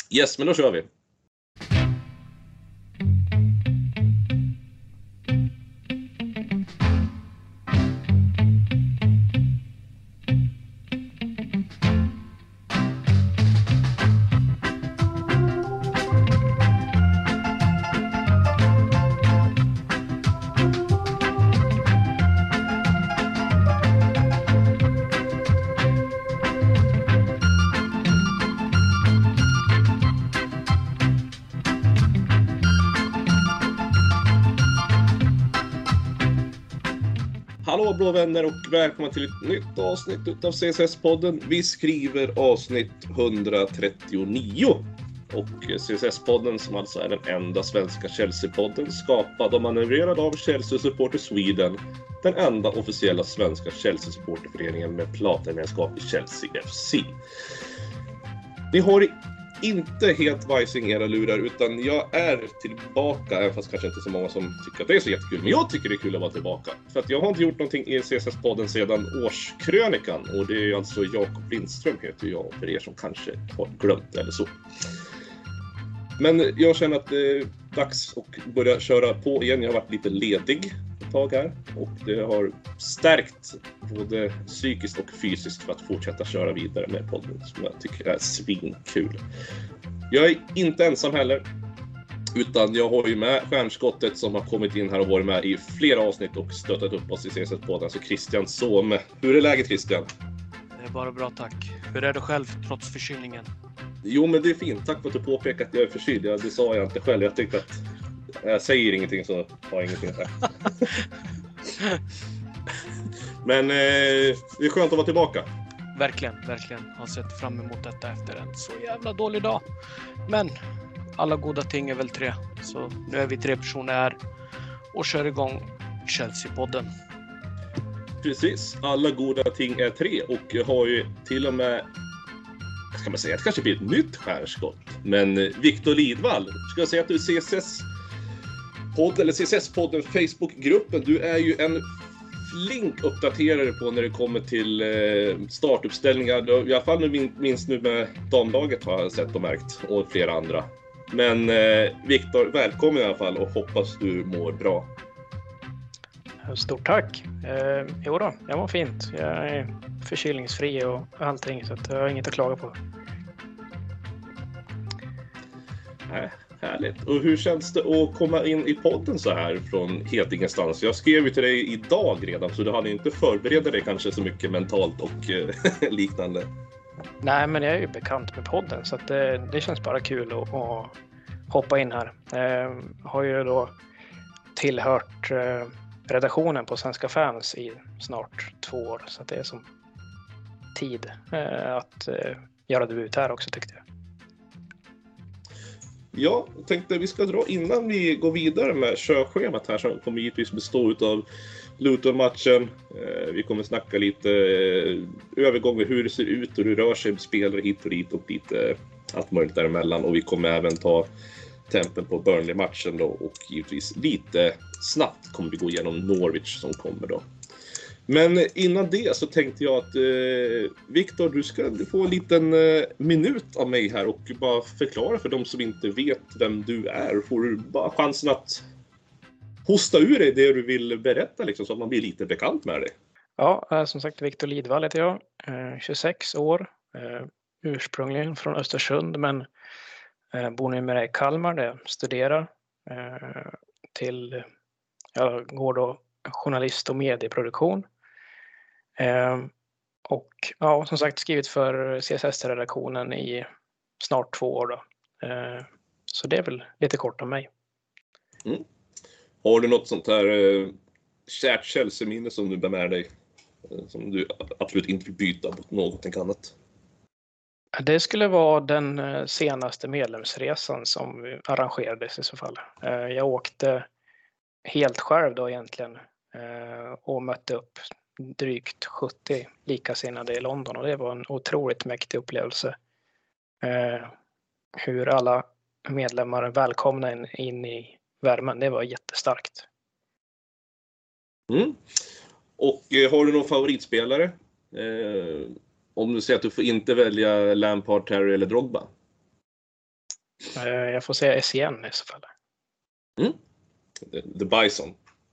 Yes, men då kör vi. Hallå blå vänner och välkomna till ett nytt avsnitt utav CSS-podden. Vi skriver avsnitt 139. Och CSS-podden, som alltså är den enda svenska Chelsea-podden, skapad och manövrerad av Chelsea Supporter Sweden, den enda officiella svenska Chelsea-supporterföreningen med platinamedlemskap i Chelsea FC. Ni har inte helt vajsing era lurar, utan jag är tillbaka, även fast kanske inte så många som tycker att det är så jättekul. Men jag tycker det är kul att vara tillbaka. För att jag har inte gjort någonting i CSS-podden sedan årskrönikan. Och det är alltså Jakob Lindström heter jag, för er som kanske har glömt eller så. Men jag känner att det är dags att börja köra på igen. Jag har varit lite ledig ett tag här. Och det har stärkt både psykiskt och fysiskt för att fortsätta köra vidare med podden, som jag tycker är svinkul. Jag är inte ensam heller, utan jag har ju med stjärnskottet som har kommit in här och varit med i flera avsnitt och stöttat upp oss i CSS-podden. Alltså Christian Somme. Hur är läget, Christian? Det är bara bra, tack. Hur är du själv trots förkylningen? Jo, men det är fint. Tack för att du påpekar att jag är förkyld. Det sa jag inte själv. Jag tyckte att jag säger ingenting så har jag ingenting att säga. Men det är skönt att vara tillbaka. Verkligen. Har sett fram emot detta efter en så jävla dålig dag. Men alla goda ting är väl tre. Så nu är vi 3 personer här och kör igång Chelsea-podden. Precis. Alla goda ting är 3 och jag har ju till och med, ska man säga, att det kanske blir ett nytt stjärnskott. Men Victor Lidvall, ska jag säga att du är CSS-podd eller CSS-podden Facebook-gruppen. Du är ju en flink uppdaterare på när det kommer till startuppställningar. I alla fall minst nu med damlaget har jag sett och märkt, och flera andra. Men Victor, välkommen i alla fall och hoppas du mår bra. Stort tack. Jo då, jag mår fint. Jag är förkylningsfri och allting, så att jag har inget att klaga på. Härligt. Och hur känns det att komma in i podden så här från helt ingenstans? Jag skrev ju till dig idag redan, så du hade inte förberett dig kanske så mycket mentalt och liknande. Nej, men jag är ju bekant med podden, så att det känns bara kul att hoppa in här. Har ju då tillhört redaktionen på Svenska Fans i snart 2 år, så att det är som tid att göra debut här också, tyckte jag. Ja, jag tänkte vi ska dra innan vi går vidare med körschemat här, som kommer givetvis bestå av Luton-matchen. Vi kommer snacka lite övergångar, hur det ser ut och hur det rör sig med spelare hit och dit och lite allt möjligt däremellan. Och vi kommer även ta tempen på Burnley-matchen då, och givetvis lite snabbt kommer vi gå igenom Norwich som kommer då. Men innan det så tänkte jag att Victor, du ska få en liten minut av mig här och bara förklara för de som inte vet vem du är. Får du bara chansen att hosta ur dig det du vill berätta, liksom, så att man blir lite bekant med dig. Ja, som sagt, Victor Lidvall heter jag. 26 år. Ursprungligen från Östersund, men bor numera i Kalmar där jag studerar. Jag går då journalist och medieproduktion. Och ja, som sagt, skrivit för CSS-redaktionen i snart 2 år då. Så det är väl lite kort om mig. Mm. Har du något sånt här kärt Chelsea-minne som du bär med dig, som du absolut inte vill byta mot någonting annat? Det skulle vara den senaste medlemsresan som arrangerades i så fall. Jag åkte helt själv då egentligen och mötte upp drygt 70 likasinnade i London, och det var en otroligt mäktig upplevelse. Hur alla medlemmar välkomnade in i värmen, det var jättestarkt. Mm. Och har du någon favoritspelare? Om du säger att du får inte välja Lampard, Terry eller Drogba? Jag får säga SCN i så fall. The Bison.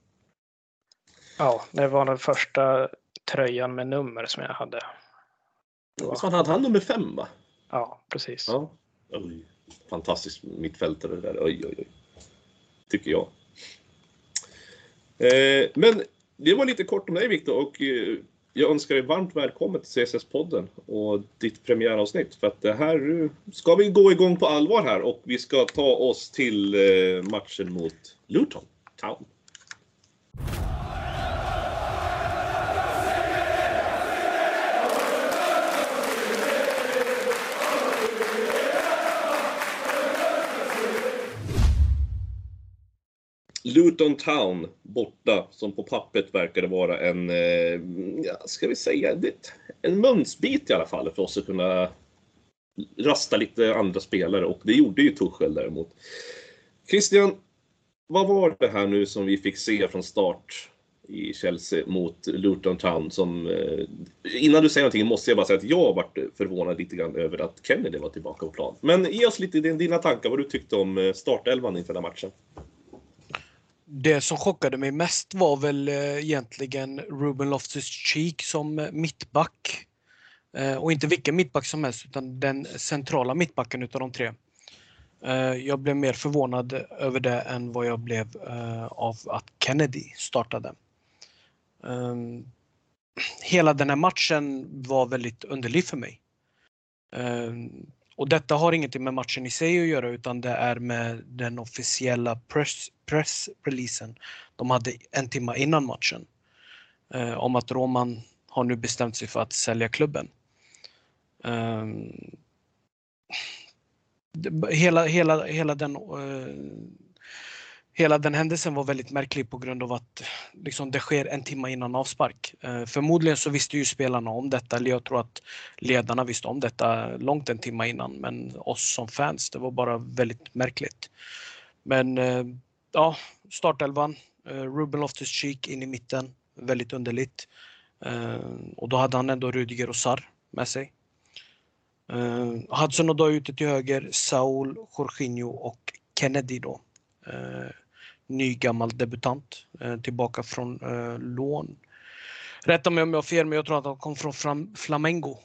Ja, det var den första tröjan med nummer som jag hade. Visst hade han nummer 5, va? Ja, precis. Ja. Oj. Fantastiskt mittfältare där. Oj. Tycker jag. Men det var lite kort om dig, Viktor, och jag önskar dig varmt välkommen till CSS-podden och ditt premiäravsnitt, för att det här ska vi gå igång på allvar här och vi ska ta oss till matchen mot Luton Town. Luton Town borta, som på pappret verkade vara en, ska vi säga, en munsbit i alla fall för oss att kunna rasta lite andra spelare, och det gjorde ju Tuchel däremot. Christian, vad var det här nu som vi fick se från start i Chelsea mot Luton Town? Som, innan du säger någonting måste jag bara säga att jag varit förvånad lite grann över att Kennedy var tillbaka på plan. Men ge oss lite dina tankar, vad du tyckte om startelvan inför den här matchen. Det som chockade mig mest var väl egentligen Ruben Loftus-Cheek som mittback. Och inte vilken mittback som helst, utan den centrala mittbacken utav de tre. Jag blev mer förvånad över det än vad jag blev av att Kennedy startade. Hela den här matchen var väldigt underlig för mig. Och detta har ingenting med matchen i sig att göra, utan det är med den officiella pressreleasen de hade en timme innan matchen. Om att Roman har nu bestämt sig för att sälja klubben. Hela den händelsen var väldigt märklig på grund av att liksom, det sker en timme innan avspark. Förmodligen så visste ju spelarna om detta, eller jag tror att ledarna visste om detta långt en timme innan, men oss som fans, det var bara väldigt märkligt. Men ja, startelvan, Ruben Loftus-Cheek in i mitten, väldigt underligt. Och då hade han ändå Rudiger och Sarr med sig. Hudson-Odoi ute till höger, Saul, Jorginho och Kennedy då. Ny gammal debutant, tillbaka från lån. Rätta mig om jag har fel, men jag tror att han kom från Flamengo.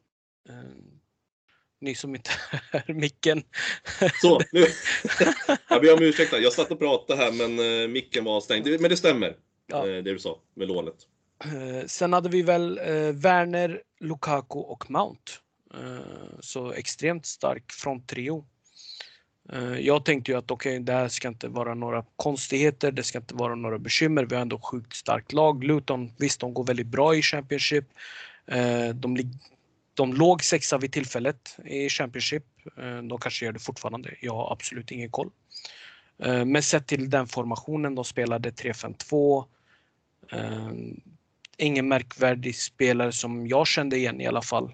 Ni som inte är micken. Så, nu. Jag ber om ursäkt. Jag satt och pratade här, men micken var stängd. Men det stämmer, ja. Det du sa med lånet. Sen hade vi väl Werner, Lukaku och Mount. Så extremt stark fronttrio. Jag tänkte ju att okej, det här ska inte vara några konstigheter, det ska inte vara några bekymmer. Vi har ändå sjukt starkt lag. Luton, visst, de går väldigt bra i Championship. De låg 6 vid tillfället i Championship. De kanske gör det fortfarande. Jag har absolut ingen koll. Men sett till den formationen, de spelade 3-5-2. Ingen märkvärdig spelare som jag kände igen i alla fall.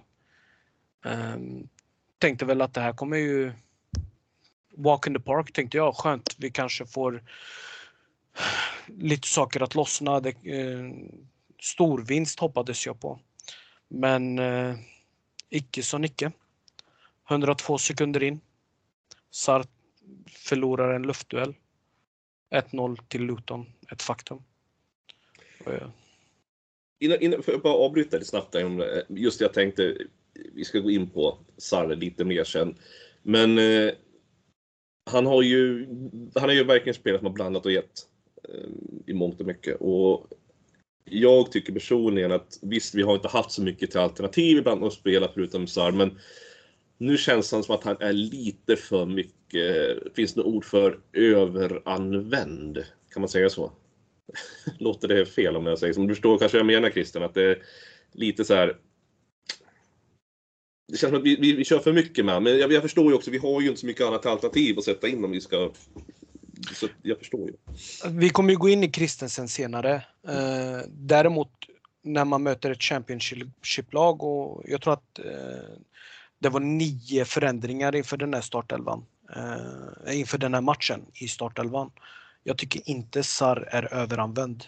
Tänkte väl att det här kommer ju walk in the park, tänkte jag. Skönt, vi kanske får lite saker att lossna. Stor vinst hoppades jag på. Men icke så icke. 102 sekunder in. Sarr förlorar en luftduell. 1-0 till Luton. Ett faktum. Innan får jag bara avbryta lite snabbt där. Just det, jag tänkte vi ska gå in på Sarr lite mer sen. Men han har ju verkligen spelat som har blandat och gett i mångt och mycket. Och jag tycker personligen att visst, vi har inte haft så mycket till alternativ ibland att spela förutom Sarr, men nu känns det som att han är lite för mycket, finns det något ord för överanvänd? Kan man säga så? Låter det fel om jag säger som du förstår kanske jag menar, Christian, att det är lite så här. Det känns som att vi kör för mycket med, men jag förstår ju också, vi har ju inte så mycket annat alternativ att sätta in om vi ska, så jag förstår ju. Vi kommer ju gå in i Christensen senare. Däremot när man möter ett Championship-lag, och jag tror att det var 9 förändringar inför den här startelvan. Inför den här matchen i startelvan. Jag tycker inte Sarr är överanvänd.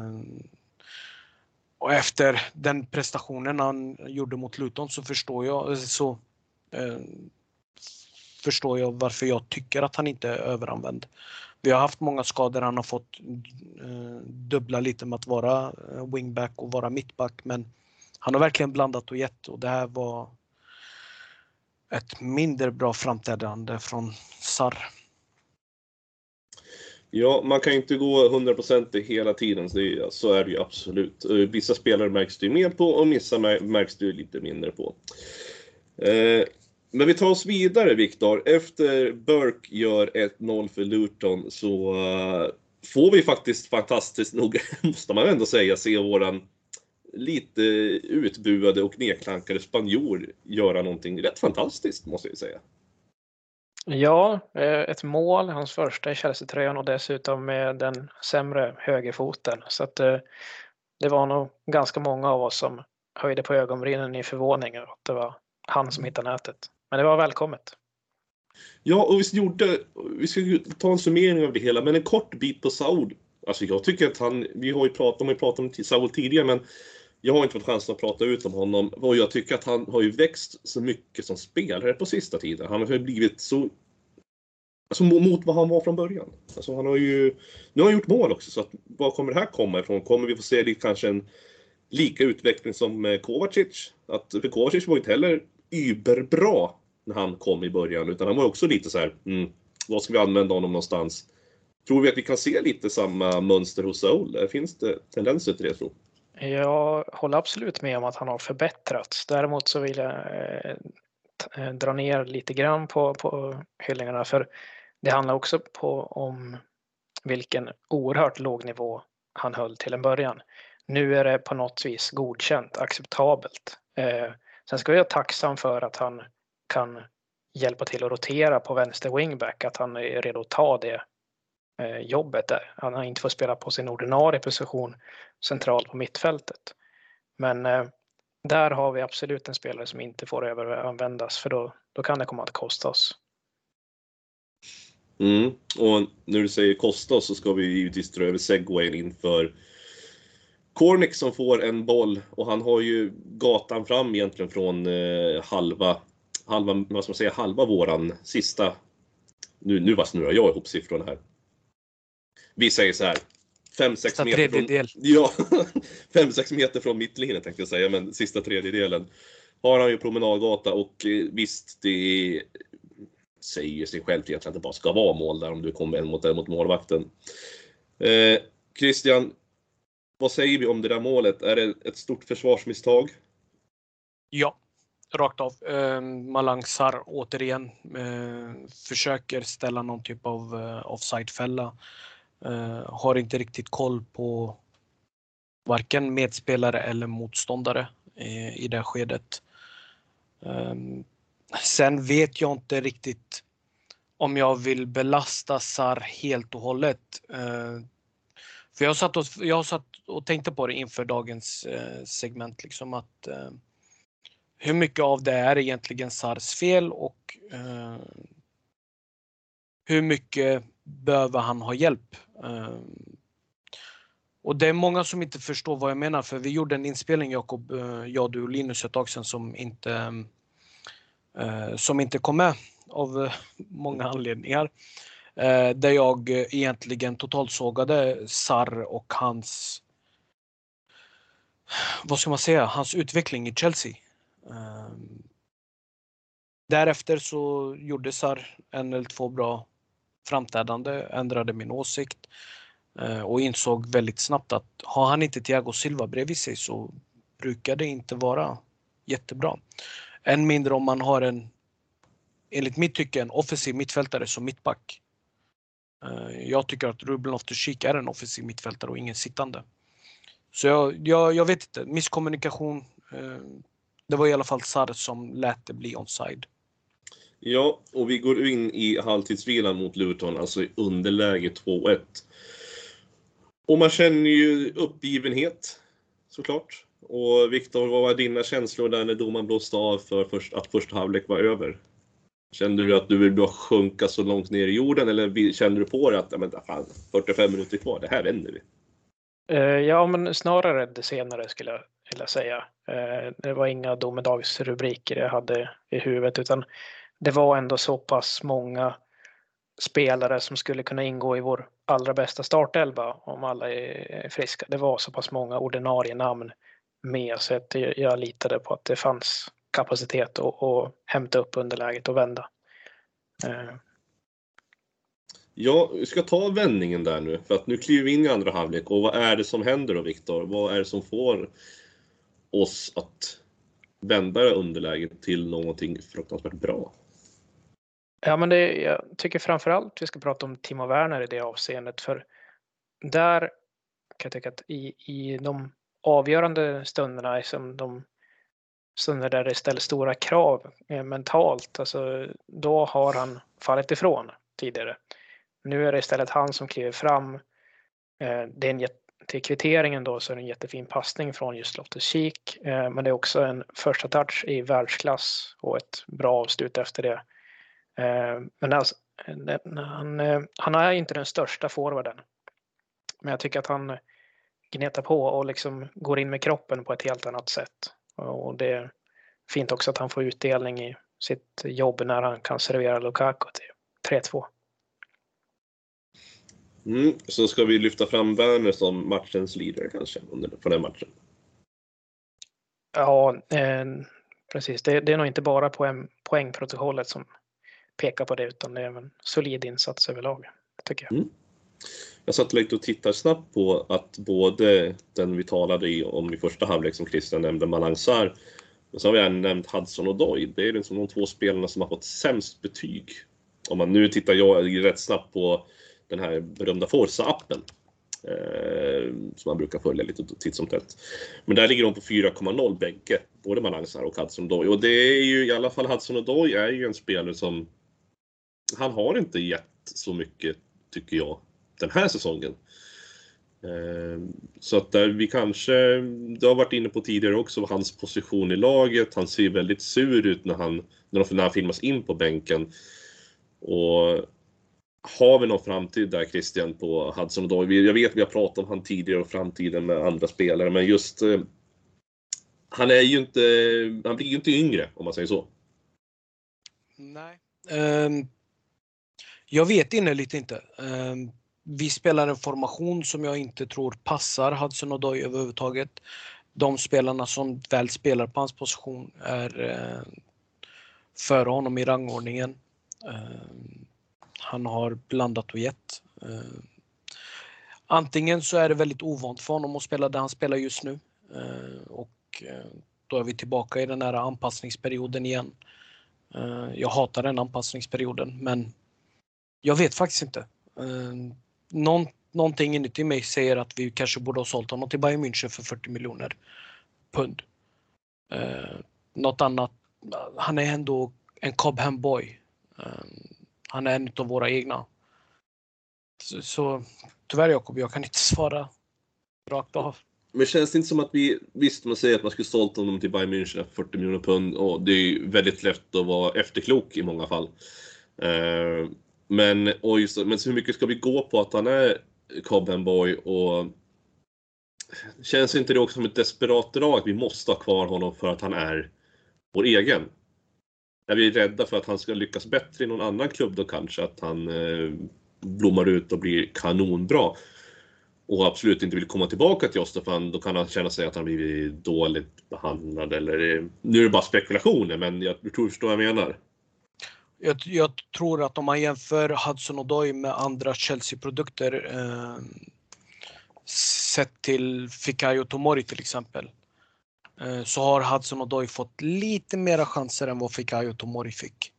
Och efter den prestationen han gjorde mot Luton så förstår jag, förstår jag varför jag tycker att han inte är överanvänd. Vi har haft många skador, han har fått dubbla lite med att vara wingback och vara mittback, men han har verkligen blandat och gett, och det här var ett mindre bra framträdande från Sarr. Ja, man kan ju inte gå 100% hela tiden, så är det ju absolut. Vissa spelare märks det ju mer på och vissa märks det ju lite mindre på. Men vi tar oss vidare, Viktor. Efter Burke gör 1-0 för Luton så får vi faktiskt fantastiskt nog, måste man ändå säga, se våran lite utbuade och nedklankade spanjor göra någonting rätt fantastiskt, måste jag säga. Ja, ett mål, hans första i Chelsea-tröjan och dessutom med den sämre högerfoten. Så att det var nog ganska många av oss som höjde på ögonbrynen i förvåning att det var han som hittade nätet. Men det var välkommet. Ja, och vi ska ju ta en summering av det hela, men en kort bit på Saul. Alltså jag tycker att vi har ju pratat om Saul tidigare, men jag har inte fått chansen att prata ut om honom. Och jag tycker att han har ju växt så mycket som spelare på sista tiden. Han har ju blivit så... Alltså mot vad han var från början. Alltså han har ju... Nu har han gjort mål också, så att, var kommer det här komma ifrån? Kommer vi få se kanske en lika utveckling som Kovacic? För Kovacic var ju inte heller überbra när han kom i början, utan han var också lite så här, vad ska vi använda honom någonstans? Tror vi att vi kan se lite samma mönster hos Saul? Finns det tendenser till det, tror? Jag håller absolut med om att han har förbättrats. Däremot så vill jag dra ner lite grann på hyllningarna, för det handlar också om vilken oerhört låg nivå han höll till en början. Nu är det på något vis godkänt, acceptabelt. Sen ska jag vara tacksam för att han kan hjälpa till att rotera på vänster wingback, att han är redo att ta det jobbet där. Han har inte fått spela på sin ordinarie position centralt på mittfältet. Men där har vi absolut en spelare som inte får överanvändas, för då kan det komma att kosta oss. Och när du säger kosta oss så ska vi givetvis dra över segwayen inför Cornick som får en boll, och han har ju gatan fram egentligen från halva våran sista. Nu vad snurrar jag ihop siffrorna här. Vi säger så här 5-6 meter från, ja, 5-6 meter från mittlinjen tänkte jag säga, men sista tredjedelen har han ju promenadgata, och visst, det säger sig självt egentligen att det bara ska vara mål där om du kommer mot målvakten. Christian, vad säger vi om det där målet? Är det ett stort försvarsmisstag? Ja, rakt av. Malang Sarr återigen försöker ställa någon typ av offside-fälla. Har inte riktigt koll på varken medspelare eller motståndare i det skedet. Sen vet jag inte riktigt om jag vill belasta Sarr helt och hållet. För jag satt och tänkte på det inför dagens segment, liksom att hur mycket av det är egentligen Sarrs fel, och hur mycket behöver han ha hjälp. Och det är många som inte förstår vad jag menar, för vi gjorde en inspelning, Jakob, jag, du och Linus, ett tag sedan som inte kom med av många anledningar. Där jag egentligen totalt sågade Sarr och hans, vad ska man säga, hans utveckling i Chelsea. Därefter så gjorde Sarr en eller två bra framträdande, ändrade min åsikt och insåg väldigt snabbt att har han inte Thiago Silva bredvid sig så brukar det inte vara jättebra. Än mindre om man har enligt mitt tycke, en offensiv mittfältare som mittback. Jag tycker att Ruben Loftus-Cheek är en offensiv mittfältare och ingen sittande. Så jag vet inte, misskommunikation. Det var i alla fall Sarr som lät det bli onside. Ja, och vi går in i halvtidsvilan mot Luton, alltså i underläge 2-1. Och man känner ju uppgivenhet, såklart. Och Viktor, vad var dina känslor där när domaren blåste av för att första halvlek var över? Kände du att du vill bara sjunka så långt ner i jorden, eller kände du på det att men, fan, 45 minuter kvar, det här vänder vi? Ja, men snarare det senare skulle jag vilja säga. Det var inga domedagsrubriker jag hade i huvudet, utan det var ändå så pass många spelare som skulle kunna ingå i vår allra bästa startelva om alla är friska. Det var så pass många ordinarie namn med, så att jag litade på att det fanns kapacitet att hämta upp underläget och vända. Ja, vi ska ta vändningen där nu, för att nu kliver vi in i andra halvlek. Och vad är det som händer då, Viktor? Vad är det som får oss att vända underläget till någonting fruktansvärt bra? Ja, men jag tycker framförallt vi ska prata om Timo Werner i det avseendet, för där kan jag tycka att i de avgörande stunderna, som de stunder där det ställer stora krav mentalt, alltså, då har han fallit ifrån tidigare. Nu är det istället han som kliver fram. Det är till kvitteringen då, så är det en jättefin passning från just Loftus-Cheek, men det är också en första touch i världsklass och ett bra avslut efter det. Men alltså, han är inte den största forwarden, men jag tycker att han gnetar på och liksom går in med kroppen på ett helt annat sätt, och det är fint också att han får utdelning i sitt jobb när han kan servera Lukaku till 3-2. Så ska vi lyfta fram Werner som matchens leader kanske för den matchen? Ja, precis. Det är nog inte bara poängprotokollet som pekar på det, utan det är en solid insats överlag, tycker jag. Jag satt lite och tittade snabbt på att både den vi talade om i första halvlek som Christian nämnde, Malang Sarr, och så har vi även nämnt Hudson-Odoi. Det är liksom de två spelarna som har fått sämst betyg. Om man nu tittar jag rätt snabbt på den här berömda Forza-appen som man brukar följa lite titt som tätt. Men där ligger de på 4,0 bägge, både Malang Sarr och Hudson-Odoi. Och det är ju i alla fall, Hudson-Odoi är ju en spelare som han har inte gett så mycket, tycker jag, den här säsongen. Så att där vi kanske, det har varit inne på tidigare också, hans position i laget. Han ser väldigt sur ut när han filmas in på bänken. Och har vi någon framtid där, Christian, på Hudson-Odoi? Jag vet vi har pratat om han tidigare och framtiden med andra spelare, men just han blir ju inte yngre, om man säger så. Nej. Jag vet innerligt inte. Vi spelar en formation som jag inte tror passar Hudson-Odoi överhuvudtaget. De spelarna som väl spelar på hans position är före honom i rangordningen. Han har blandat och gett. Antingen så är det väldigt ovant för honom att spela där han spelar just nu. Och då är vi tillbaka i den här anpassningsperioden igen. Jag hatar den anpassningsperioden, men jag vet faktiskt inte. Någonting inuti mig säger att vi kanske borde ha sålt honom till Bayern München för 40 miljoner pund. Något annat. Han är ändå en Cobham boy. Han är en av våra egna. Så tyvärr, Jakob, jag kan inte svara rakt av. Men känns det inte som att visst, man säger att man skulle sålt honom till Bayern München för 40 miljoner pund, och det är ju väldigt lätt att vara efterklok i många fall. Men så hur mycket ska vi gå på att han är Cobham boy, och känns inte det också som ett desperat drag att vi måste ha kvar honom för att han är vår egen? Är vi rädda för att han ska lyckas bättre i någon annan klubb då, kanske att han blommar ut och blir kanonbra och absolut inte vill komma tillbaka till oss, då kan han känna sig att han blir dåligt behandlad, eller nu är det bara spekulationer, men jag tror förstår vad jag menar. Jag tror att om man jämför Hudson-Odoi med andra Chelsea-produkter, sett till Fikayo Tomori till exempel, så har Hudson-Odoi fått lite mera chanser än vad Fikayo Tomori fick.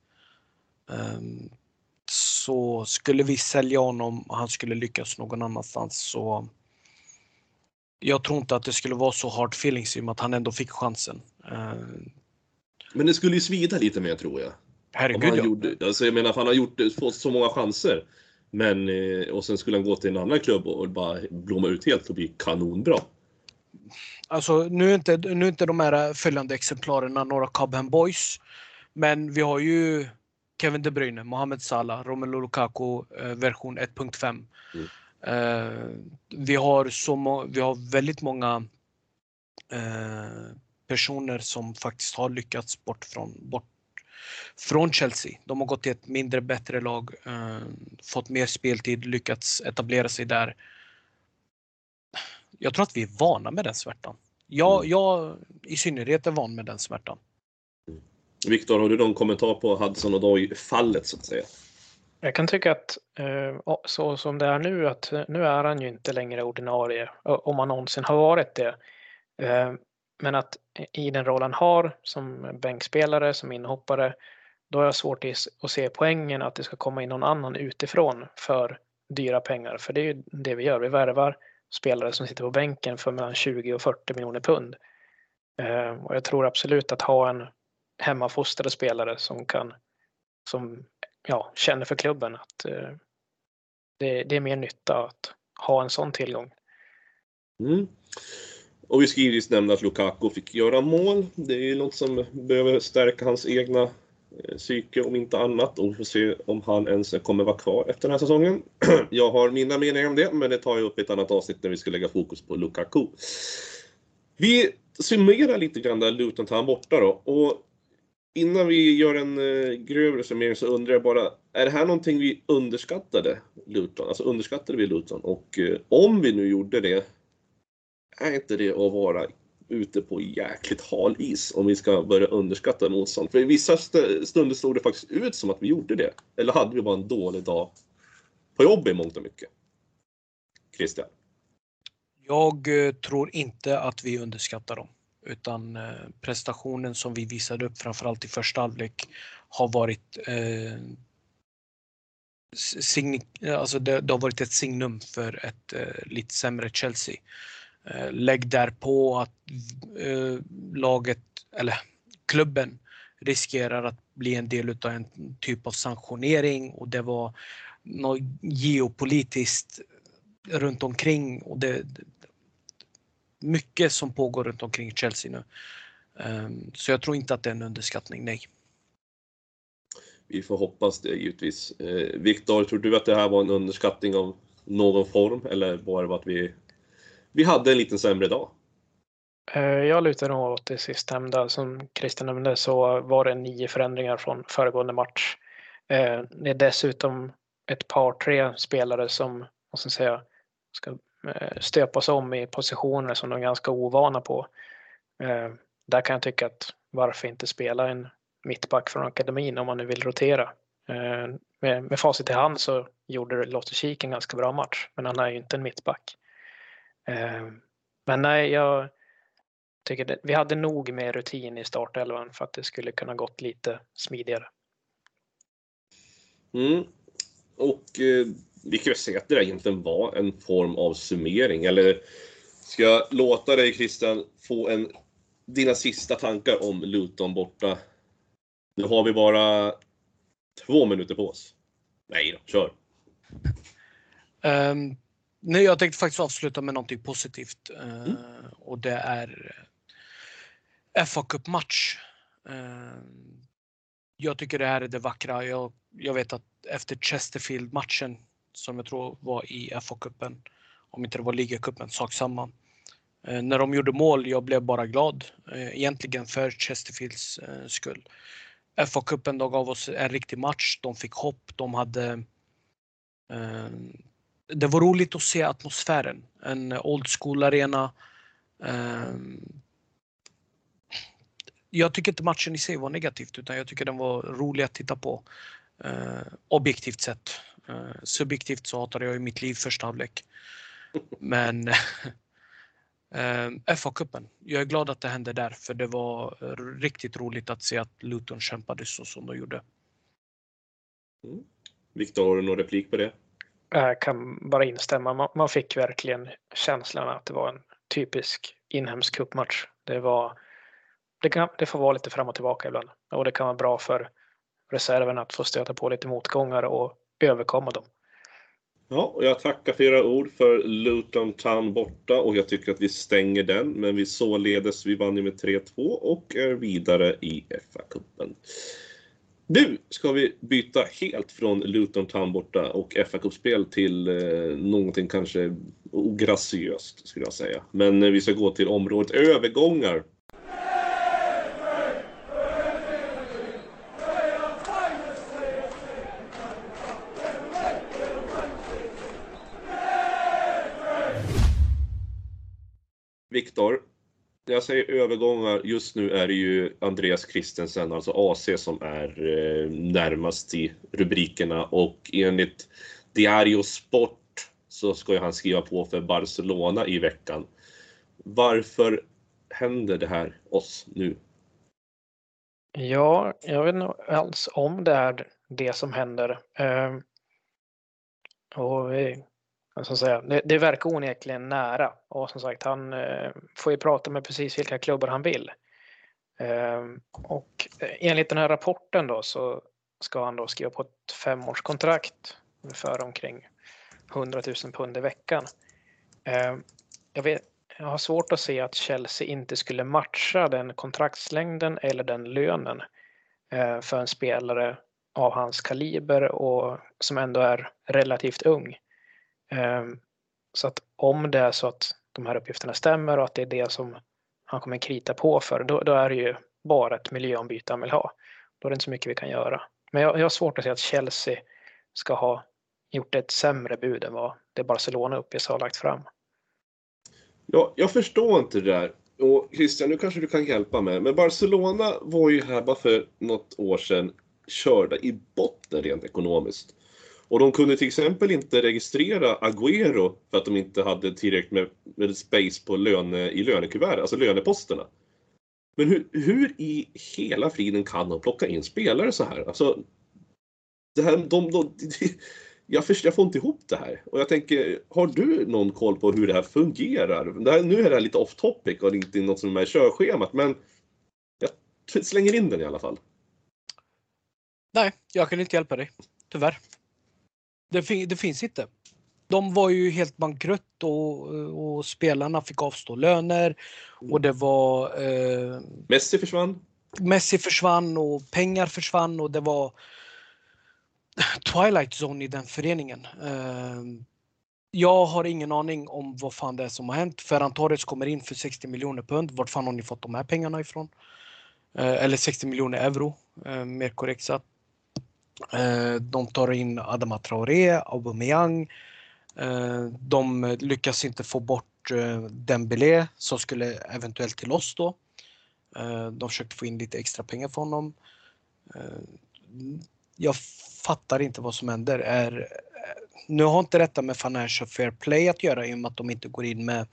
Så skulle vi sälja honom och han skulle lyckas någon annanstans, så jag tror inte att det skulle vara så hard feelings i och med att han ändå fick chansen. Men det skulle ju svida lite mer, tror jag. Herregud, alltså jag menar, han har fått så många chanser, men och sen skulle han gå till en annan klubb och bara blomma ut helt och bli kanonbra. Alltså nu är inte de här följande exemplarerna några Cobham boys, men vi har ju Kevin De Bruyne, Mohamed Salah, Romelu Lukaku version 1.5. Vi har väldigt många personer som faktiskt har lyckats bort från Chelsea. De har gått till ett mindre bättre lag, fått mer speltid, lyckats etablera sig där. Jag tror att vi är vana med den smärtan. Jag i synnerhet är van med den smärtan. Viktor, har du någon kommentar på Hudson-Odoi-fallet så att säga? Jag kan tycka att så som det är nu, att nu är han ju inte längre ordinarie, om han någonsin har varit det. Men att i den roll han har som bänkspelare, som inhoppare, då är jag svårt att se poängen att det ska komma in någon annan utifrån för dyra pengar. För det är ju det vi gör. Vi värvar spelare som sitter på bänken för mellan 20 och 40 miljoner pund. Och jag tror absolut att ha en hemmafostrade spelare som känner för klubben att det är mer nytta att ha en sån tillgång. Och vi ska givetvis nämna att Lukaku fick göra mål. Det är ju något som behöver stärka hans egna psyke om inte annat. Och vi får se om han ens kommer vara kvar efter den här säsongen. Jag har mina meningar om det, men det tar jag upp i ett annat avsnitt när vi ska lägga fokus på Lukaku. Vi summerar lite grann där Luton tar han borta då. Och innan vi gör en grövre summering så undrar jag bara, är det här någonting vi underskattade Luton? Alltså underskattade vi Luton? Och om vi nu gjorde det, är inte det att vara ute på jäkligt hal is om vi ska börja underskatta motstånd? För i vissa stunder stod det faktiskt ut som att vi gjorde det. Eller hade vi bara en dålig dag på jobb i mångt och mycket? Christian? Jag tror inte att vi underskattar dem. Utan prestationen som vi visade upp framförallt i första halvlek har varit det har varit ett signum för ett lite sämre Chelsea. Lägg där på att laget eller klubben riskerar att bli en del av en typ av sanktionering, och det var något geopolitiskt runt omkring, och det mycket som pågår runt omkring Chelsea nu. Så jag tror inte att det är en underskattning, nej. Vi får hoppas det givetvis. Viktor, tror du att det här var en underskattning av någon form, eller var det att vi hade en liten sämre dag? Jag lutar nog åt det sistnämnda. Som Christian nämnde så var det 9 förändringar från föregående match. Det är dessutom ett par, 3 spelare som ska stöpas om i positioner som de är ganska ovana på. Där kan jag tycka att varför inte spela en mittback från akademin om man nu vill rotera. Med facit i hand så gjorde Loftus-Cheek en ganska bra match, men han är ju inte en mittback. Men nej, jag tycker vi hade nog med rutin i startelvan för att det skulle kunna gått lite smidigare. Och vi kan ju säga att det där egentligen var en form av summering. Eller ska jag låta dig, Christian, få dina sista tankar om Luton borta? Nu har vi bara 2 minuter på oss. Nej då, kör. Nej, jag tänkte faktiskt avsluta med någonting positivt. Och det är FA Cup-match. Jag tycker det här är det vackra. Jag vet att efter Chesterfield-matchen, som jag tror var i FA-cupen, om inte det var ligacupen, sak samma. När de gjorde mål, jag blev bara glad. Egentligen för Chesterfields skull. FA-cupen, de gav oss en riktig match. De fick hopp. De hade... det var roligt att se atmosfären. En old school-arena. Jag tycker inte matchen i sig var negativt, utan jag tycker den var rolig att titta på. Objektivt sett. Subjektivt så hatade jag i mitt liv första halvlek. Men FA-cupen. Jag är glad att det hände där, för det var riktigt roligt att se att Luton kämpade så som de gjorde. Viktor, har du någon replik på det? Jag kan bara instämma. Man fick verkligen känslan att det var en typisk inhemsk cupmatch. Det får vara lite fram och tillbaka ibland. Och det kan vara bra för reserven att få stöta på lite motgångar och överkomma dem. Ja, och jag tackar för era ord för Luton Town borta, och jag tycker att vi stänger den, men vi vann ju med 3-2 och är vidare i FA-cupen. Nu ska vi byta helt från Luton Town borta och FA-cupspel till någonting kanske ograciöst, skulle jag säga. Men vi ska gå till området övergångar. Viktor, jag säger övergångar. Just nu är det ju Andreas Christensen, alltså AC, som är närmast i rubrikerna. Och enligt Diario Sport så ska ju han skriva på för Barcelona i veckan. Varför händer det här oss nu? Ja, jag vet inte alls om det är det som händer. Som säga, det verkar onekligen nära. Och som sagt, han får ju prata med precis vilka klubbar han vill. Och enligt den här rapporten då så ska han då skriva på ett 5-årskontrakt för omkring 100 000 pund i veckan. Jag har svårt att se att Chelsea inte skulle matcha den kontraktslängden eller den lönen för en spelare av hans kaliber och som ändå är relativt ung. Så att om det är så att de här uppgifterna stämmer och att det är det som han kommer krita på för, då är det ju bara ett miljöombyte han vill ha. Då är det inte så mycket vi kan göra. Men jag har svårt att se att Chelsea ska ha gjort ett sämre bud än vad det Barcelona uppges ha lagt fram. Ja, jag förstår inte det där. Och Christian, nu kanske du kan hjälpa mig. Men Barcelona var ju här bara för något år sedan körda i botten rent ekonomiskt. Och de kunde till exempel inte registrera Agüero för att de inte hade tillräckligt med space på i lönekuvert, alltså löneposterna. Men hur i hela friden kan de plocka in spelare så här? Alltså, det här, jag får inte ihop det här. Och jag tänker, har du någon koll på hur det här fungerar? Nu är det här lite off topic och inte något som är körschemat, men jag slänger in den i alla fall. Nej, jag kan inte hjälpa dig. Tyvärr. Det finns inte. De var ju helt bankrutt och spelarna fick avstå löner. Och det var... Messi försvann och pengar försvann och det var Twilight Zone i den föreningen. Jag har ingen aning om vad fan det är som har hänt. Ferran Torres kommer in för 60 miljoner pund. Vart fan har ni fått de här pengarna ifrån? Eller 60 miljoner euro, mer korrekt sagt. De tar in Adama Traoré, Aubameyang. De lyckas inte få bort Dembélé som skulle eventuellt till oss då. De försökte få in lite extra pengar från honom. Jag fattar inte vad som händer. Nu har inte detta med financial fair play att göra i och med att de inte går in med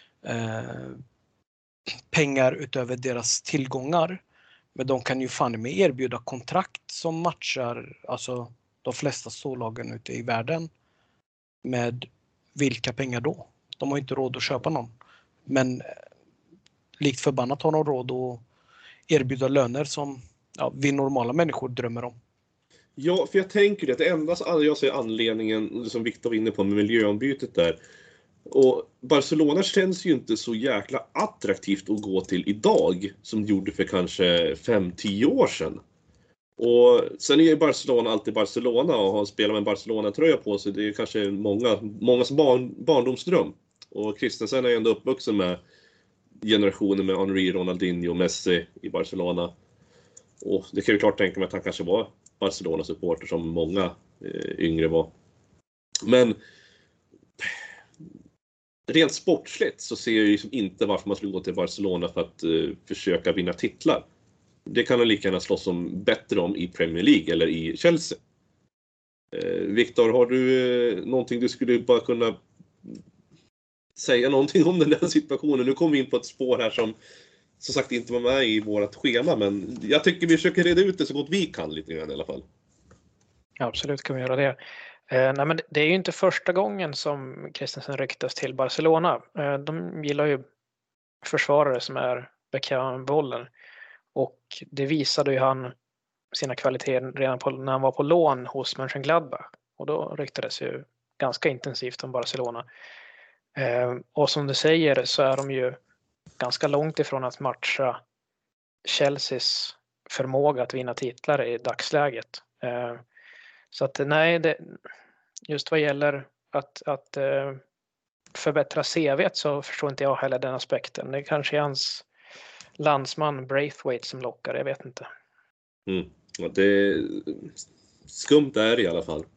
pengar utöver deras tillgångar. Men de kan ju fan med erbjuda kontrakt som matchar alltså de flesta storlagen ute i världen. Med vilka pengar då? De har inte råd att köpa någon. Men likt förbannat har de råd att erbjuda löner som vi normala människor drömmer om. Ja, för jag tänker det enda jag ser anledningen som Viktor var inne på med miljöombytet där. Och Barcelona känns ju inte så jäkla attraktivt att gå till idag som det gjorde för kanske 5-10 år sedan. Och sen är ju Barcelona alltid Barcelona och har spelat med en Barcelona-tröja på sig. Det är kanske mångas barndomsdröm. Och Christensen är ju ändå uppvuxen med generationen med Henry, Ronaldinho och Messi i Barcelona. Och det kan ju klart tänka mig att han kanske var Barcelona-supporter som många yngre var. Men rent sportsligt så ser jag liksom inte varför man skulle gå till Barcelona för att försöka vinna titlar. Det kan de lika gärna slåss om bättre om i Premier League eller i Chelsea. Viktor, har du någonting du skulle bara kunna säga någonting om den där situationen? Nu kommer vi in på ett spår här som sagt inte var med i vårt schema, men jag tycker vi försöker reda ut det så gott vi kan lite grann i alla fall. Ja, absolut kan vi göra det. Nej, men det är ju inte första gången som Christensen ryktas till Barcelona. De gillar ju försvarare som är bekväma med bollen. Och det visade ju han sina kvaliteter redan när han var på lån hos Mönchengladbach. Och då ryktades ju ganska intensivt om Barcelona. Och som du säger så är de ju ganska långt ifrån att matcha Chelseas förmåga att vinna titlar i dagsläget. Så att nej, just vad gäller att förbättra CV:t så förstår inte jag heller den aspekten. Det kanske är hans landsman Braithwaite som lockar, jag vet inte. Ja, det skumt är det i alla fall.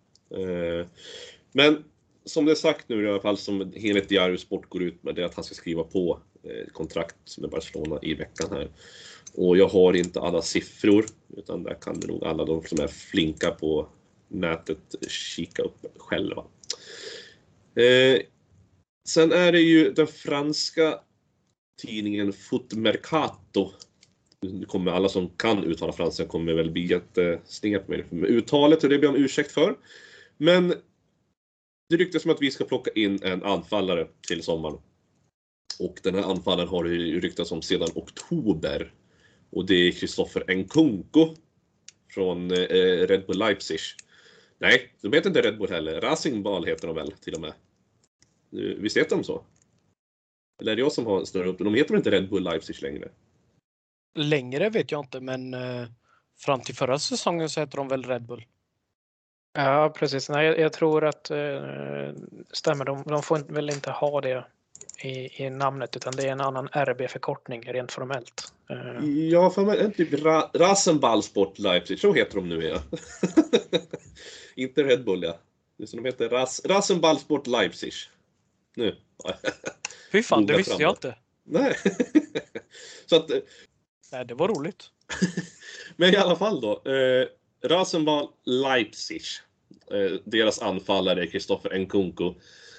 Men som det är sagt nu i alla fall, som enligt Diario Sport går ut med, det är att han ska skriva på kontrakt med Barcelona i veckan här. Och jag har inte alla siffror, utan där kan nog alla de som är flinka på nätet kika upp själva. Sen är det ju den franska tidningen Foot Mercato. Nu kommer alla som kan uttala franska kommer väl bli jättesned på mig med uttalet, och det ber jag om ursäkt för. Men det ryktas som att vi ska plocka in en anfallare till sommaren. Och den här anfallaren har det ju ryktats om sedan oktober. Och det är Christopher Nkunku från Red Bull Leipzig. Nej, de heter inte Red Bull heller. Racing Ball heter de väl till och med. Visst heter de så? Eller är det jag som har större upp? De heter inte Red Bull Leipzig längre. Längre vet jag inte, men fram till förra säsongen så heter de väl Red Bull. Ja, precis. Nej, jag tror att stämmer. De får väl inte ha det i namnet, utan det är en annan RB-förkortning rent formellt. Ja, för mig typ Rasenballsport Leipzig, så heter de nu, ja. Inte Red Bull, ja. Så de heter Rasenballsport Leipzig. Nu. Fy fan, det visste jag inte. Nej. Så att... Nej, det var roligt. Men i alla fall då. Rasenball Leipzig. Deras anfallare är Christopher Nkunku.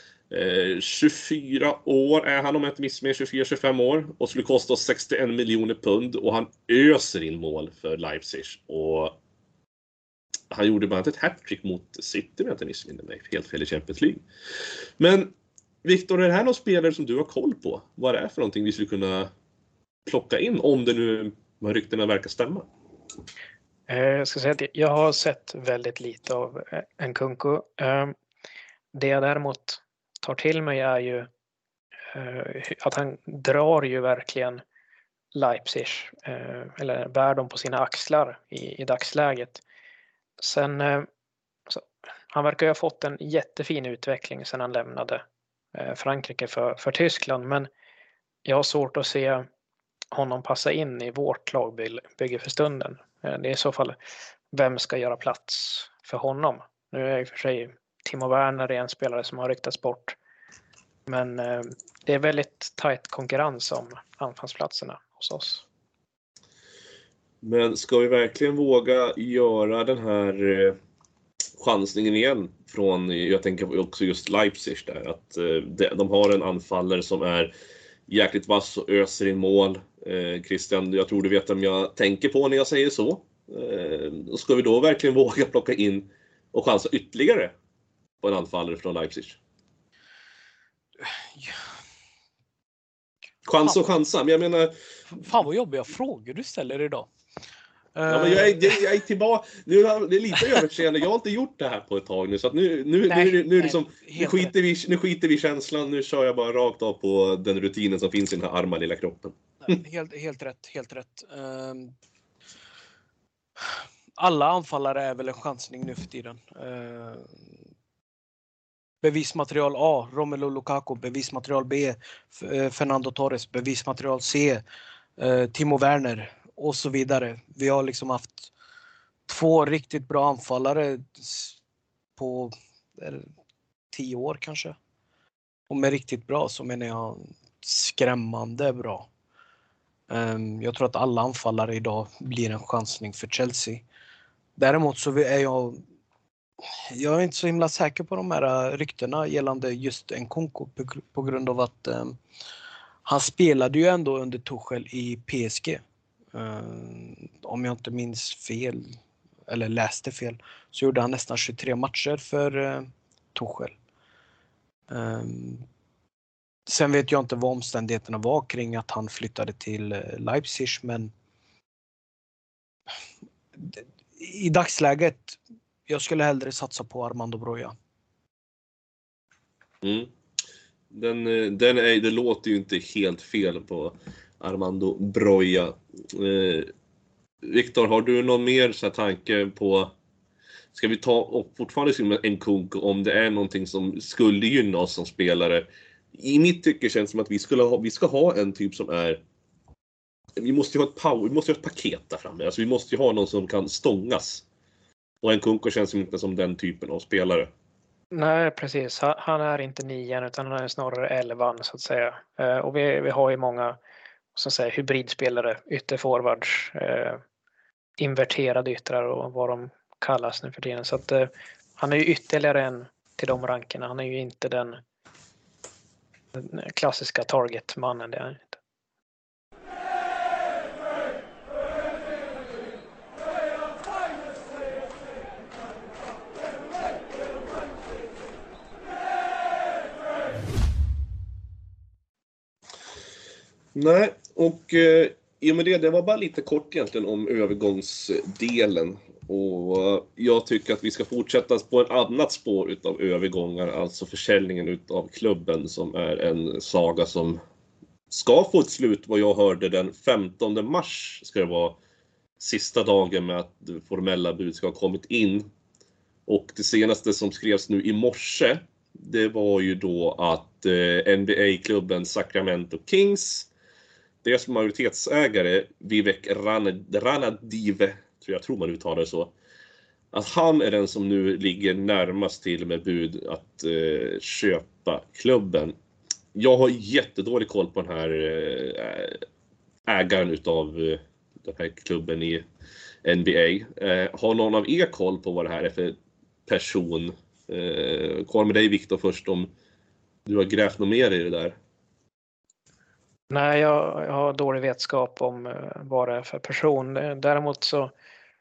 24 år är han, om jag inte missminner, 24-25 år. Och skulle kosta oss 61 miljoner pund. Och han öser in mål för Leipzig. Och han gjorde bara ett hattrick mot City, om jag inte missminner mig. Helt fel i Champions League. Men Viktor, är det här någon spelare som du har koll på? Vad det är för någonting vi skulle kunna plocka in, om det nu vad ryktena verkar stämma? Jag ska säga att jag har sett väldigt lite av Nkunku. Det jag däremot tar till mig är ju att han drar ju verkligen Leipzig, eller bär dem på sina axlar i dagsläget. Sen han verkar ju ha fått en jättefin utveckling sedan han lämnade Frankrike för Tyskland, men jag har svårt att se honom passa in i vårt lagbygge för stunden. Det är i så fall, vem ska göra plats för honom? Nu är i och för sig Timo Werner en spelare som har ryktats bort, men det är väldigt tajt konkurrens om anfallsplatserna hos oss. Men ska vi verkligen våga göra den här chansningen igen från, jag tänker också just Leipzig där, att de har en anfallare som är jäkligt vass och öser in mål. Christian, jag tror du vet om jag tänker på när jag säger så. Ska vi då verkligen våga plocka in och chansa ytterligare på en anfallare från Leipzig? Chansa, men jag menar... Fan vad jobbiga frågor du ställer idag. Ja, men jag är tillbaka. Nu det är lite överseende. Jag har inte gjort det här på ett tag nu, så att nu skiter vi i känslan. Nu kör jag bara rakt av på den rutinen som finns i den här arma lilla kroppen. Helt rätt. Alla anfallare är väl en chansning nu för tiden. Bevismaterial A, Romelu Lukaku. Bevismaterial B, Fernando Torres. Bevismaterial C, Timo Werner. Och så vidare. Vi har liksom haft 2 riktigt bra anfallare på 10 år kanske. Och med riktigt bra så menar jag skrämmande bra. Jag tror att alla anfallare idag blir en chansning för Chelsea. Däremot så är jag är inte så himla säker på de här ryktena gällande just Nkunku på grund av att han spelade ju ändå under Tuchel i PSG. Om jag inte minns fel eller läste fel så gjorde han nästan 23 matcher för Tuchel. Sen vet jag inte vad omständigheterna var kring att han flyttade till Leipzig, men i dagsläget jag skulle hellre satsa på Armando Broja. Det låter ju inte helt fel på Armando Broja. Viktor, har du någon mer så här tanke på, ska vi ta och fortfarande Nkunku, om det är någonting som skulle gynna oss som spelare? I mitt tycke känns det som att vi ska ha en typ som är, vi måste ju ha ett paket där framme. Alltså vi måste ju ha någon som kan stångas. Och Nkunku känns inte som den typen av spelare. Nej, precis. Han är inte 9 utan han är snarare 11 så att säga. Och vi har ju många så att säga, hybridspelare, ytterforwards, inverterade yttrar och vad de kallas nu för tiden. Så att han är ju ytterligare en till de rankerna. Han är ju inte den klassiska targetmannen. Det är han inte. Nej, och i och med det var bara lite kort egentligen om övergångsdelen. Och jag tycker att vi ska fortsätta på ett annat spår utav övergångar, alltså försäljningen utav klubben, som är en saga som ska få ett slut, vad jag hörde, den 15 mars ska det vara sista dagen med att formella bud ska ha kommit in. Och det senaste som skrevs nu i morse, det var ju då att NBA-klubben Sacramento Kings, deras majoritetsägare Vivek Ranadive, jag tror man uttalar det så, att han är den som nu ligger närmast till med bud att köpa klubben. Jag har jättedålig koll på den här ägaren utav den här klubben i NBA. Har någon av er koll på vad det här är för person? Kolla med dig, Viktor, först, om du har grävt något mer i det där. Nej, jag har dålig vetskap om vad det är för person. Däremot så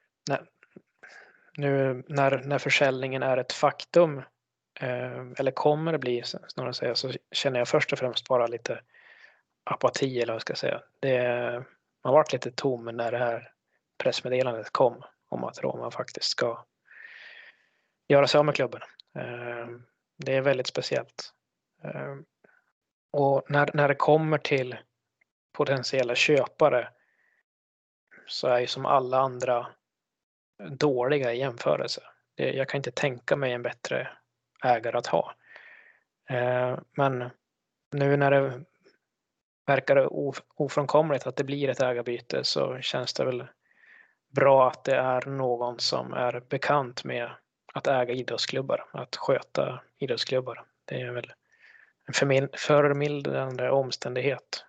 nu när försäljningen är ett faktum, eller kommer det bli snarare säga, så känner jag först och främst bara lite apati, eller vad ska jag säga. Man har varit lite tom när det här pressmeddelandet kom om att Roma faktiskt ska göra sig av med klubben. Det är väldigt speciellt. Och när det kommer till potentiella köpare så är ju som alla andra dåliga i jämförelse. Jag kan inte tänka mig en bättre ägare att ha. Men nu när det verkar ofrånkomligt att det blir ett ägarbyte, så känns det väl bra att det är någon som är bekant med att äga idrottsklubbar, att sköta idrottsklubbar. Det är väl en förmildrande omständighet.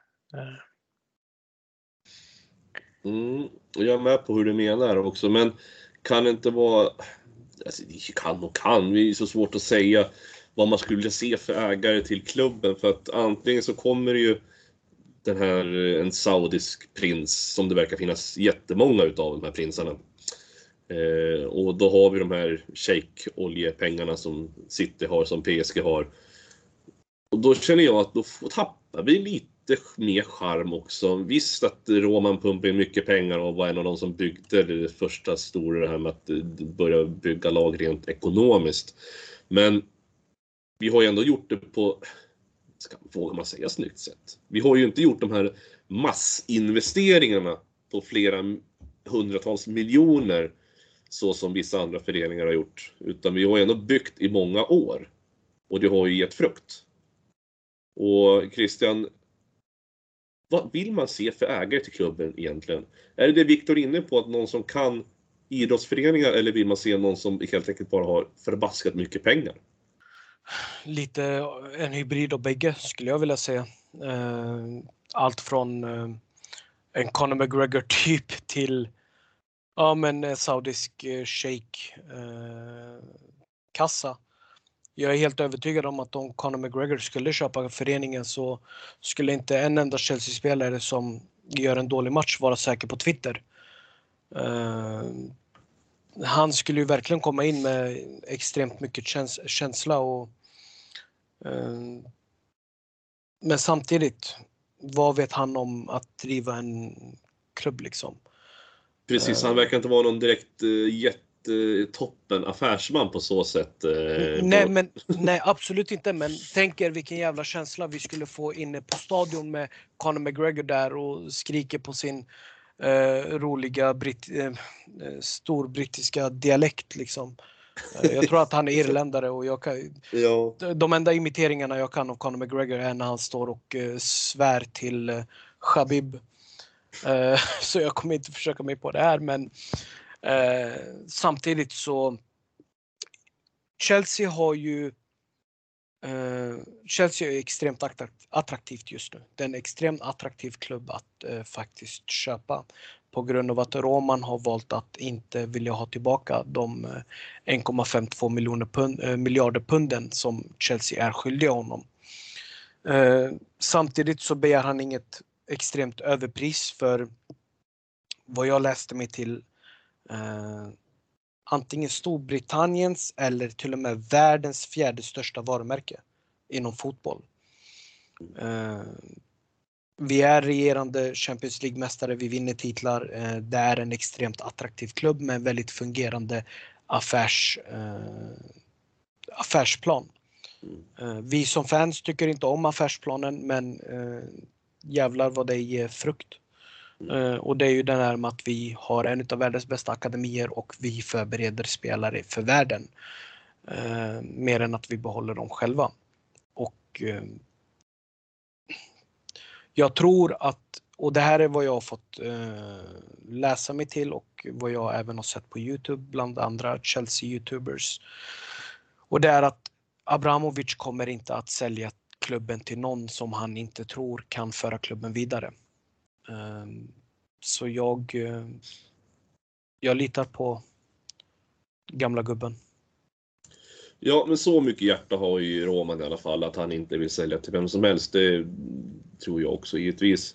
Och jag är med på hur du menar också, men kan det inte vara, alltså, det är så svårt att säga vad man skulle se för ägare till klubben, för att antingen så kommer det ju den här, en saudisk prins, som det verkar finnas jättemånga utav de här prinsarna, och då har vi de här shake-oljepengarna som City har, som PSG har, och då känner jag att då tappar vi lite mer charm också. Visst att Roman pumpar in mycket pengar och var en av de som byggde det första stora, det här med att börja bygga lag rent ekonomiskt. Men vi har ju ändå gjort det på, vågar man säga, snyggt sätt. Vi har ju inte gjort de här massinvesteringarna på flera hundratals miljoner så som vissa andra föreningar har gjort. Utan vi har ju ändå byggt i många år. Och det har ju gett frukt. Och Christian, vad vill man se för ägare till klubben egentligen? Är det Viktor inne på, att någon som kan idrottsföreningar, eller vill man se någon som helt enkelt bara har förbaskat mycket pengar? Lite en hybrid av bägge skulle jag vilja säga. Allt från en Conor McGregor typ till saudisk shake kassa. Jag är helt övertygad om att om Conor McGregor skulle köpa föreningen, så skulle inte en enda Chelsea-spelare som gör en dålig match vara säker på Twitter. Han skulle ju verkligen komma in med extremt mycket känsla och men samtidigt, vad vet han om att driva en klubb liksom? Precis, han verkar inte vara någon direkt jättetoppen affärsman på så sätt. Nej, absolut inte. Men tänk er vilken jävla känsla vi skulle få inne på stadion med Conor McGregor där och skriker på sin roliga storbrittiska dialekt liksom. Jag tror att han är irländare, och de enda imiteringarna jag kan av Conor McGregor är när han står och svär till Khabib. Så jag kommer inte försöka mig på det här, men samtidigt så Chelsea har ju Chelsea är extremt attraktivt just nu. Det är en extremt attraktiv klubb att faktiskt köpa på grund av att Roman har valt att inte vilja ha tillbaka de 1,52 miljarder punden som Chelsea är skyldiga honom. Samtidigt så begär han inget extremt överpris för vad jag läste mig till antingen Storbritanniens eller till och med världens fjärde största varumärke inom fotboll. Vi är regerande Champions League-mästare, vi vinner titlar. Det är en extremt attraktiv klubb med en väldigt fungerande affärsplan. Vi som fans tycker inte om affärsplanen, men jävlar vad det ger frukt. Och det är ju den här med att vi har en av världens bästa akademier och vi förbereder spelare för världen. Mer än att vi behåller dem själva. Och jag tror att, och det här är vad jag har fått läsa mig till och vad jag även har sett på YouTube bland andra Chelsea-youtubers. Och det är att Abramovich kommer inte att sälja klubben till någon som han inte tror kan föra klubben vidare. Så jag litar på gamla gubben. Ja, men så mycket hjärta har ju Roman i alla fall att han inte vill sälja till vem som helst. Det tror jag också givetvis.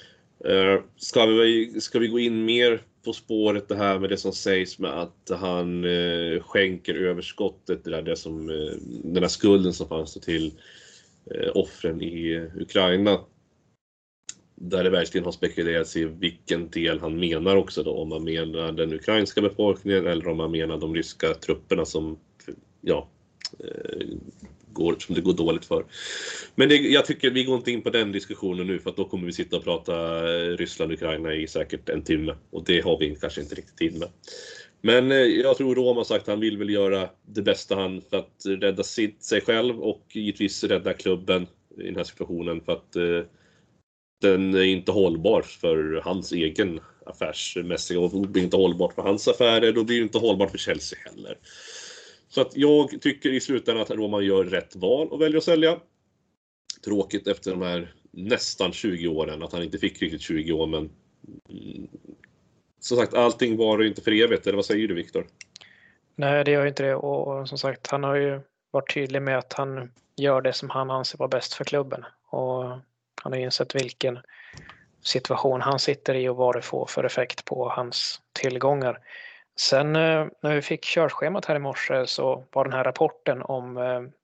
Ska vi gå in mer på spåret det här med det som sägs med att han skänker överskottet, det som, den här skulden som fanns till offren i Ukraina. Där det verkligen har spekulerats i vilken del han menar också då. Om man menar den ukrainska befolkningen eller om man menar de ryska trupperna som det går dåligt för. Men jag tycker vi går inte in på den diskussionen nu, för att då kommer vi sitta och prata Ryssland-Ukraina i säkert en timme. Och det har vi kanske inte riktigt tid med. Men jag tror Roma har sagt att han vill väl göra det bästa han för att rädda sig själv och givetvis rädda klubben i den här situationen, för att den är inte hållbar för hans egen affärsmässiga, och blir inte hållbart för hans affärer, då blir det inte hållbart för Chelsea heller. Så att jag tycker i slutändan att Roma gör rätt val och väljer att sälja. Tråkigt efter de här nästan 20 åren att han inte fick riktigt 20 år, men som sagt, allting var inte för evigt, eller vad säger du, Viktor? Nej, det gör inte det, och som sagt, han har ju varit tydlig med att han gör det som han anser vara bäst för klubben, och han har insett vilken situation han sitter i och vad det får för effekt på hans tillgångar. Sen när vi fick körschemat här i morse så var den här rapporten om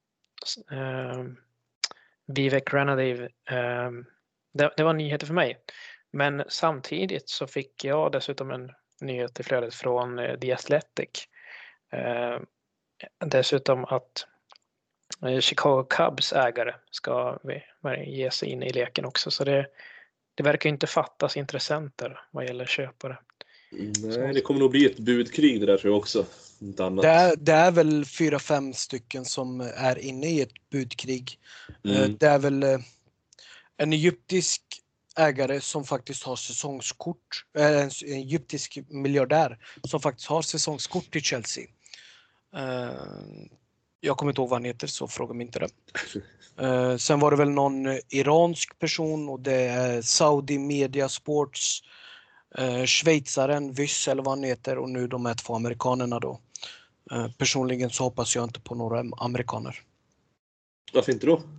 Vivek Ranadive, det var nyheter för mig. Men samtidigt så fick jag dessutom en nyhet i flödet från The Athletic. Dessutom att Chicago Cubs ägare ska ge sig in i leken också. Så det verkar inte fattas intressenter vad gäller köpare. Nej, det kommer nog bli ett budkrig det där, tror jag också. Det är väl 4-5 stycken som är inne i ett budkrig. Det är väl en egyptisk ägare som faktiskt har säsongskort, en egyptisk miljardär som faktiskt har säsongskort i Chelsea. Jag kommer inte ihåg vad han heter, så fråga mig inte det. Sen var det väl någon iransk person, och det är Saudi Media Sports, schweizaren Vyss eller vad han heter, och nu de här 2 amerikanerna då. Personligen så hoppas jag inte på några amerikaner. Varför inte då?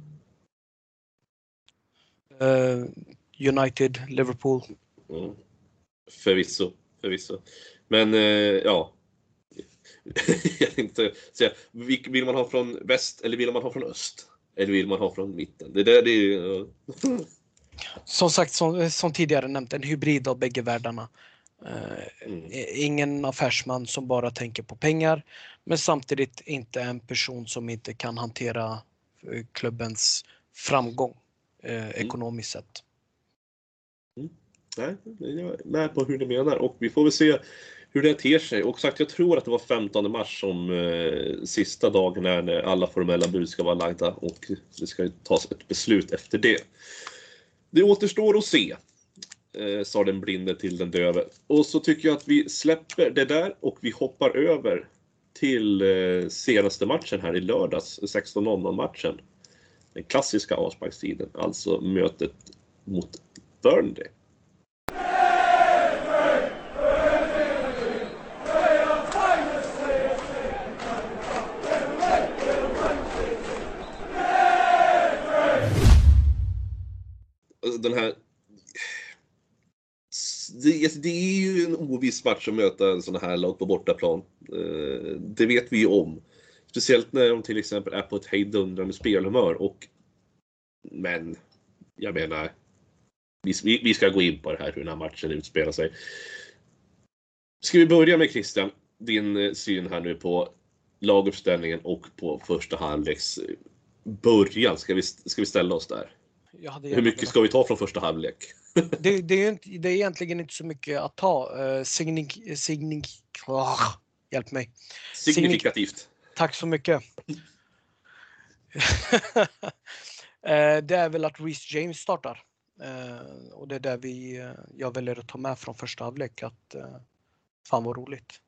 United, Liverpool. Förvisso. Men ja. Jag tänkte säga, vill man ha från väst eller vill man ha från öst? Eller vill man ha från mitten? Det är Som sagt, som tidigare nämnt, en hybrid av bägge världarna. Ingen affärsman som bara tänker på pengar, men samtidigt inte en person som inte kan hantera klubbens framgång ekonomiskt sett. Nej, jag är med på hur ni menar, och vi får väl se hur det ter sig. Och sagt, jag tror att det var 15 mars som sista dagen när alla formella bud ska vara lagda, och det ska tas ett beslut efter det. Det återstår att se, sa den blinde till den döve. Och så tycker jag att vi släpper det där och vi hoppar över till senaste matchen här i lördags, 16:00-matchen. Den klassiska avsparkstiden, alltså mötet mot Burnley. Den här... Det är ju en oviss match att möta en sån här lag på bortaplan. Det vet vi ju om. Speciellt när de till exempel är på ett hejdundrande spelhumör. Men jag menar, vi ska gå in på det här, hur den här matchen utspelar sig. Ska vi börja med Christian, din syn här nu på laguppställningen och på första halvleks början. Ska vi ställa oss där? Hur mycket ska vi ta från första halvlek? Det är egentligen inte så mycket att ta. Hjälp mig. Signifikativt. Tack så mycket. Det är väl att Reece James startar. Och det är där jag väljer att ta med från första halvlek. Att fan vad roligt.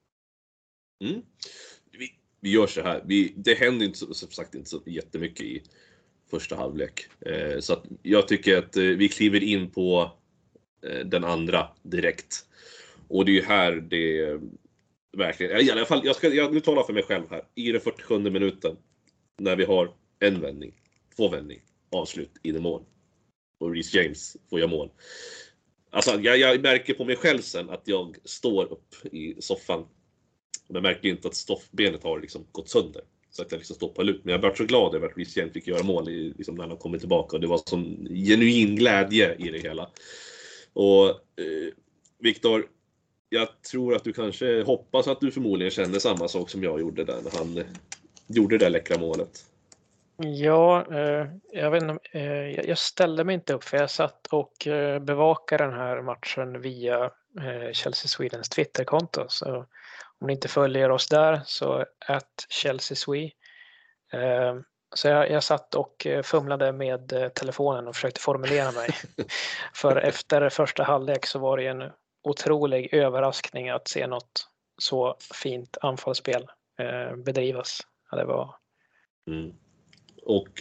Vi gör så här. Det händer inte, som sagt, inte så jättemycket i första halvlek. Så att jag tycker att vi kliver in på den andra direkt. Och det är ju här det verkligen... I alla fall, jag nu talar för mig själv här. I den 47 minuten, när vi har en vändning, 2 vändning, avslut in i mål. Och Reece James får göra mål. Alltså jag märker på mig själv sen att jag står upp i soffan. Men jag märker inte att stoffbenet har liksom gått sönder. Så att jag liksom står på lut. Men jag blev så glad över att Reece James fick göra mål liksom när han kom tillbaka. Och det var sån genuin glädje i det hela. Och Viktor, jag tror att du kanske hoppas att du förmodligen känner samma sak som jag gjorde där när han gjorde det där läckra målet. Ja, jag vet inte, jag ställde mig inte upp för jag satt och bevakade den här matchen via Chelsea Swedens Twitterkonto. Så om ni inte följer oss där så @ChelseaSwe. Så jag satt och fumlade med telefonen och försökte formulera mig. För efter första halvlek så var det en otrolig överraskning att se något så fint anfallsspel bedrivas. Ja, det var... Och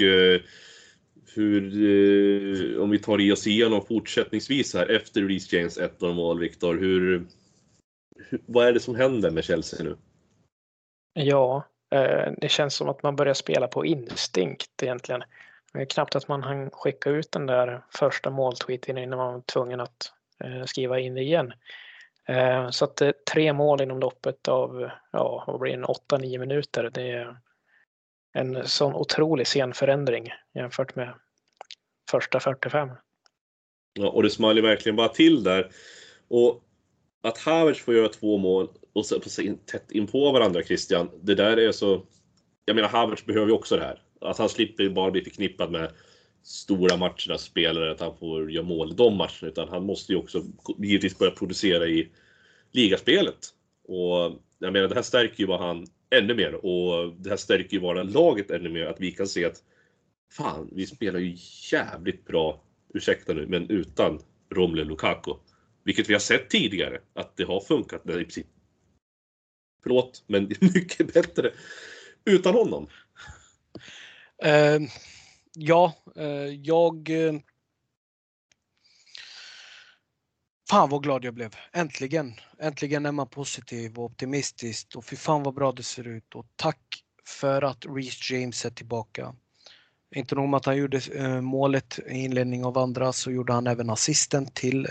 om vi tar i oss igenom fortsättningsvis här efter Reece James 1-0 mål, Viktor, vad är det som händer med Chelsea nu? Ja, det känns som att man börjar spela på instinkt egentligen. Det är knappt att man hann skicka ut den där första måltweeten innan man var tvungen att skriva in det igen. Så att 3 mål inom loppet av, vad blir det, 8-9 minuter. Det är en sån otrolig scenförändring jämfört med första 45. Ja, och det smäller verkligen bara till där. Och att Havertz får göra 2 mål och så tätt in på varandra, Christian, det där är så... Jag menar, Havertz behöver ju också det här. Att han slipper bara bli förknippad med stora matchernas spelare, att han får göra mål i de matcherna, utan han måste ju också givetvis börja producera i ligaspelet. Och jag menar, det här stärker ju bara han ännu mer, och det här stärker ju bara laget ännu mer, att vi kan se att fan, vi spelar ju jävligt bra, ursäkta nu, men utan Romelu Lukaku. Vilket vi har sett tidigare, att det har funkat i princip. Förlåt, men det är mycket bättre utan honom. Fan vad glad jag blev. Äntligen är man positiv och optimistisk. Och fy fan vad bra det ser ut. Och tack för att Reece James är tillbaka. Inte nog med att han gjorde målet i inledning av andra, så gjorde han även assisten till...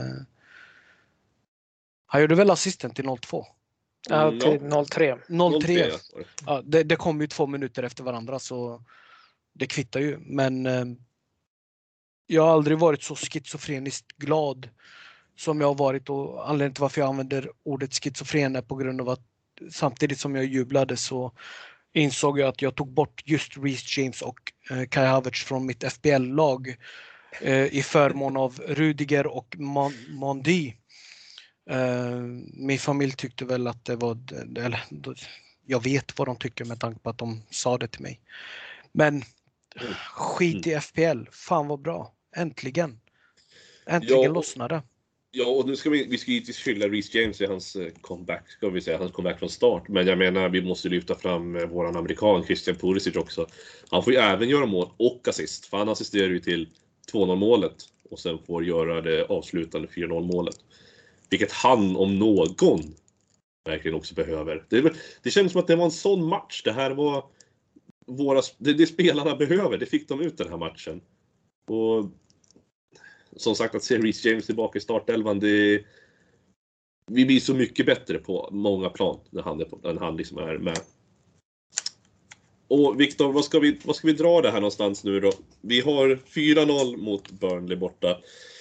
Han gjorde väl assisten till 0-2? Ja, till 0-3. 0-3. Ja, det kom ju 2 minuter efter varandra, så det kvittar ju. Men jag har aldrig varit så schizofreniskt glad som jag har varit, och anledningen till varför jag använder ordet schizofren är på grund av att samtidigt som jag jublade så insåg jag att jag tog bort just Reece James och Kai Havertz från mitt FBL-lag i förmån av Rudiger och Mondi. Min familj tyckte väl att det var, eller jag vet vad de tycker med tanke på att de sa det till mig. Men skit i FPL, fan vad bra. Äntligen lossnade. Ja, och nu ska vi ska givetvis hylla Reece James i hans comeback, ska vi säga, hans comeback från start. Men jag menar, vi måste lyfta fram våran amerikan Christian Pulisic också. Han får ju även göra mål och assist, för han assisterar ju till 2-0 målet och sen får göra det avslutande 4-0 målet. Vilket han om någon verkligen också behöver. Det känns som att det var en sån match. Det här var det spelarna behöver. Det fick de ut den här matchen. Och som sagt, att se Reece James tillbaka i startelvan, vi blir så mycket bättre på många plan när han liksom är med. Och Viktor, vad ska vi dra det här någonstans nu då? Vi har 4-0 mot Burnley borta.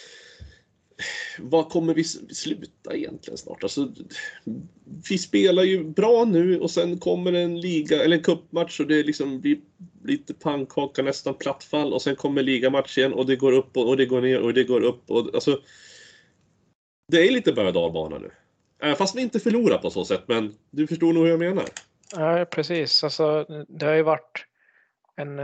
Vad kommer vi sluta egentligen snart? Alltså, vi spelar ju bra nu och sen kommer en liga eller en cupmatch och det liksom blir lite pannkaka, nästan plattfall, och sen kommer ligamatch igen och det går upp och det går ner och det går upp och alltså det är lite berg- och dalbana nu. Fast vi inte förlorar på så sätt, men du förstår nog hur jag menar. Ja, precis. Alltså, det har ju varit en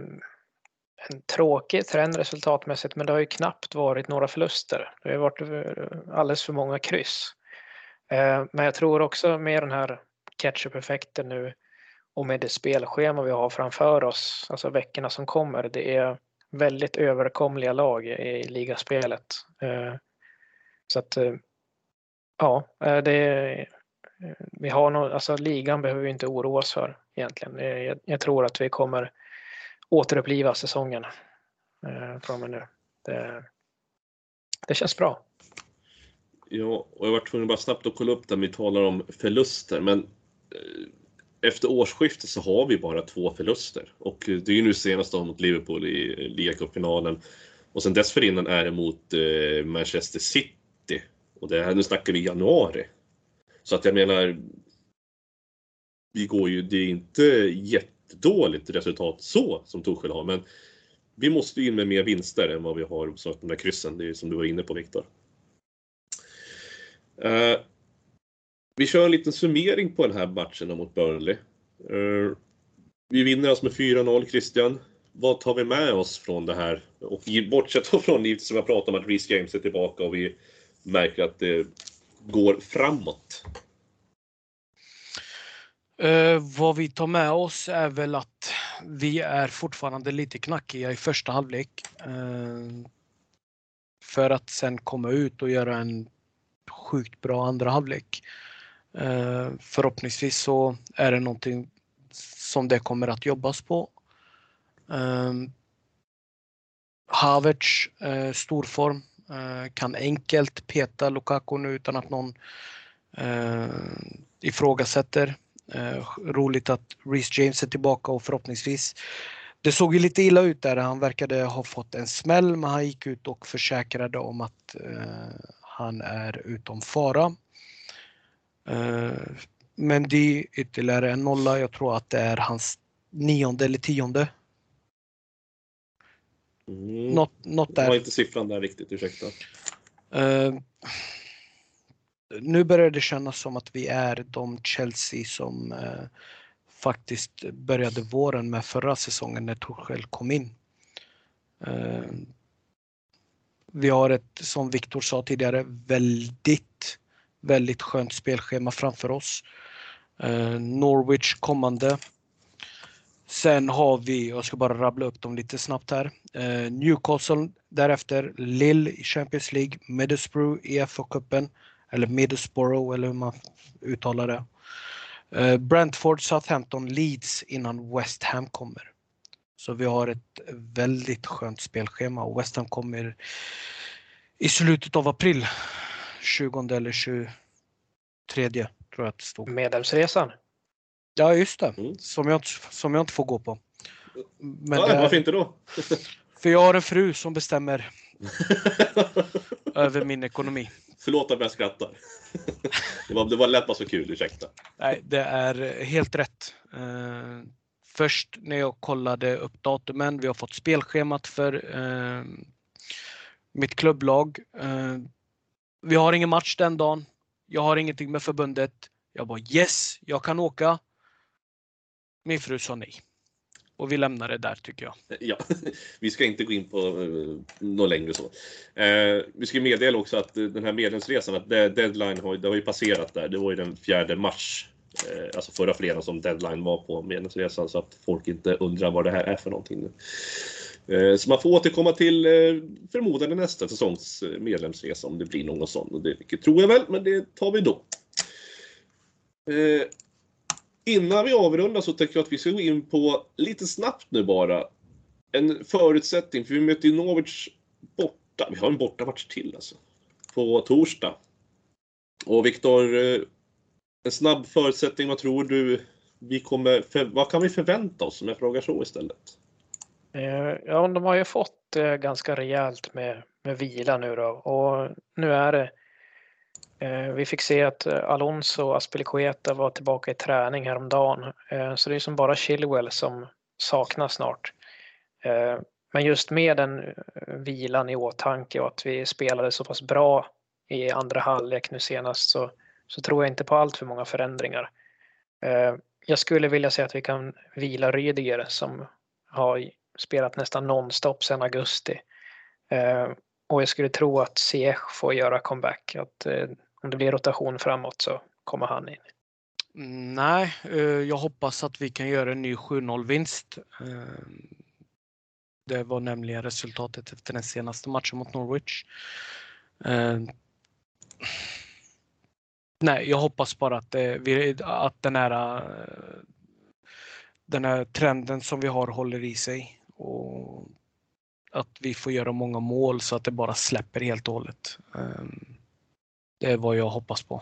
tråkig trend resultatmässigt, men det har ju knappt varit några förluster. Det har ju varit alldeles för många kryss. Men jag tror också med den här catch-up-effekten nu och med det spelschema vi har framför oss, alltså veckorna som kommer, det är väldigt överkomliga lag i ligaspelet. Så att ja, vi har nog, alltså ligan behöver vi inte oroa oss för egentligen. Jag tror att vi kommer återuppliva säsongen från och med nu. Det känns bra. Ja, och jag var tvungen bara snabbt att kolla upp där vi talar om förluster, men efter årsskiftet så har vi bara 2 förluster. Och det är ju nu senast då mot Liverpool i ligacupfinalen. Och sen dessförinnan är det mot Manchester City. Och nu snackar vi januari. Så att jag menar, det är inte jättedåligt resultat så som Tuchel har, men vi måste in med mer vinster än vad vi har så de där kryssen. Det är som du var inne på, Viktor. Vi kör en liten summering på den här matchen mot Burnley. Vi vinner alltså med 4-0, Christian. Vad tar vi med oss från det här? Och bortsett från som jag pratade om att Reece James är tillbaka och vi märker att det går framåt. Vad vi tar med oss är väl att vi är fortfarande lite knackiga i första halvlek. För att sen komma ut och göra en sjukt bra andra halvlek. Förhoppningsvis så är det någonting som det kommer att jobbas på. Havertz, stor form, kan enkelt peta Lukaku nu utan att någon ifrågasätter. Roligt att Reece James är tillbaka och förhoppningsvis. Det såg ju lite illa ut där. Han verkade ha fått en smäll, men han gick ut och försäkrade om att han är utom fara. Men det är ytterligare en nolla. Jag tror att det är hans 9:e eller 10:e. Något där. Jag har inte siffran där riktigt, ursäkta. Nu börjar det kännas som att vi är de Chelsea som faktiskt började våren med förra säsongen när Tuchel kom in. Vi har ett, som Viktor sa tidigare, väldigt skönt spelschema framför oss. Norwich kommande. Sen har vi, jag ska bara rabbla upp dem lite snabbt här. Newcastle därefter, Lille i Champions League, Middlesbrough i FA-cupen, eller Middlesbrough eller hur man uttalar det. Brentford, Southampton, Leeds innan West Ham kommer. Så vi har ett väldigt skönt spelschema och West Ham kommer i slutet av april, 20 eller 23 tror jag att det stod. Medlemsresan. Ja, just det. Som jag inte får gå på. Men varför inte då? För jag har en fru som bestämmer över min ekonomi. Förlåt att jag skrattar. Det var lätt bara så kul, ursäkta. Nej, det är helt rätt. Först när jag kollade upp datumen, vi har fått spelschemat för mitt klubblag. Vi har ingen match den dagen. Jag har ingenting med förbundet. Jag bara yes, jag kan åka. Min fru sa nej. Och vi lämnar det där tycker jag. Ja, vi ska inte gå in på något längre så. Vi ska meddela också att den här medlemsresan, att deadline har ju passerat där. Det var ju den 4 mars, alltså förra fredagen som deadline var på medlemsresan, så att folk inte undrar vad det här är för någonting nu. Så man får återkomma till förmodligen nästa säsongs medlemsresa om det blir någon sån. Och det tror jag väl, men det tar vi då. Innan vi avrundar så tänker jag att vi ska gå in på lite snabbt nu bara en förutsättning, för vi möter ju Norwich borta. Vi har en bortamatch till alltså på torsdag. Och Viktor, en snabb förutsättning, vad tror du vad kan vi förvänta oss om jag frågar så istället? Ja, de har ju fått ganska rejält med vila nu då, och nu är det vi fick se att Alonso och Azpilicueta var tillbaka i träning häromdagen, så det är som bara Chilwell som saknas snart. Men just med den vilan i åtanke och att vi spelade så pass bra i andra halvlek nu senast, så tror jag inte på allt för många förändringar. Jag skulle vilja säga att vi kan vila Rüdiger som har spelat nästan nonstop sedan augusti. Och jag skulle tro att Ziyech får göra comeback. Att om det blir rotation framåt så kommer han in. Nej, jag hoppas att vi kan göra en ny 7-0-vinst. Det var nämligen resultatet efter den senaste matchen mot Norwich. Nej, jag hoppas bara att den här trenden som vi har håller i sig. Och att vi får göra många mål så att det bara släpper helt och hållet. Det är vad jag hoppas på.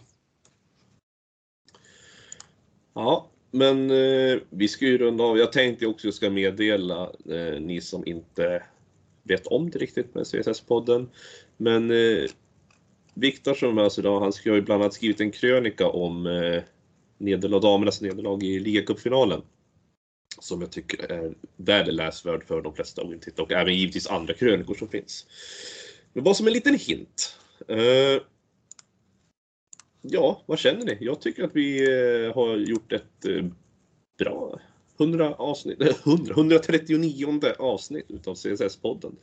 Ja, men vi ska ju runda av. Jag tänkte också att jag ska meddela ni som inte vet om det riktigt med CSS-podden. Men Viktor som är idag, han ska ju bland annat skrivit en krönika om damernas nederlag i ligacupfinalen. Som jag tycker är värdeläsvärd för de flesta att titta, och även givetvis andra krönikor som finns. Men vad som en liten hint. Ja, vad känner ni? Jag tycker att vi har gjort ett bra 139 avsnitt utav CSS-podden.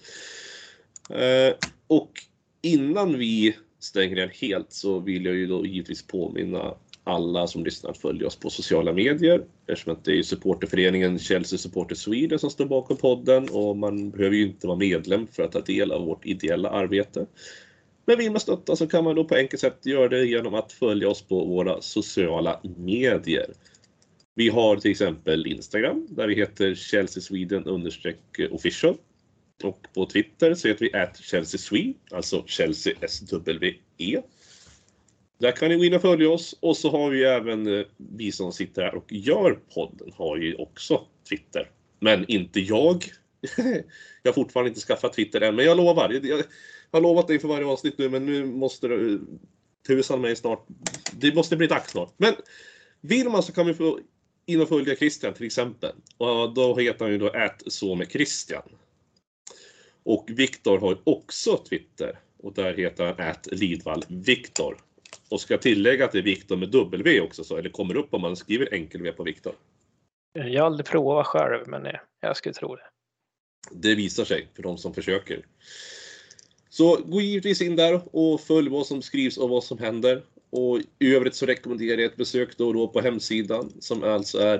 Och innan vi stänger ner helt så vill jag ju då givetvis påminna alla som lyssnar att följa oss på sociala medier. Eftersom att det är supporterföreningen Chelsea Supporter Sweden som står bakom podden, och man behöver ju inte vara medlem för att ta del av vårt ideella arbete. Men vill man stötta så kan man då på enkelt sätt göra det genom att följa oss på våra sociala medier. Vi har till exempel Instagram där vi heter Chelsea Sweden _official. Och på Twitter så heter vi @ChelseaSwe, alltså Chelsea SWE. Där kan ni gå in och följa oss. Och så har vi även vi som sitter här och gör podden har ju också Twitter. Men inte jag. Jag har fortfarande inte skaffat Twitter än, men jag lovar. Jag har lovat dig för varje avsnitt nu, men nu måste det tusan mig snart. Det måste bli dags snart. Men vill man så kan vi få in och följa Christian till exempel. Och då heter han ju då @somechristtian. Och Viktor har också Twitter. Och där heter han @lidvallviktor. Och ska tillägga att det är Viktor med W också, så, eller kommer upp om man skriver enkel V på Viktor. Jag har aldrig provat själv, men jag skulle tro det. Det visar sig för de som försöker. Så gå givetvis in där och följ vad som skrivs och vad som händer. Och i övrigt så rekommenderar jag ett besök då på hemsidan som alltså är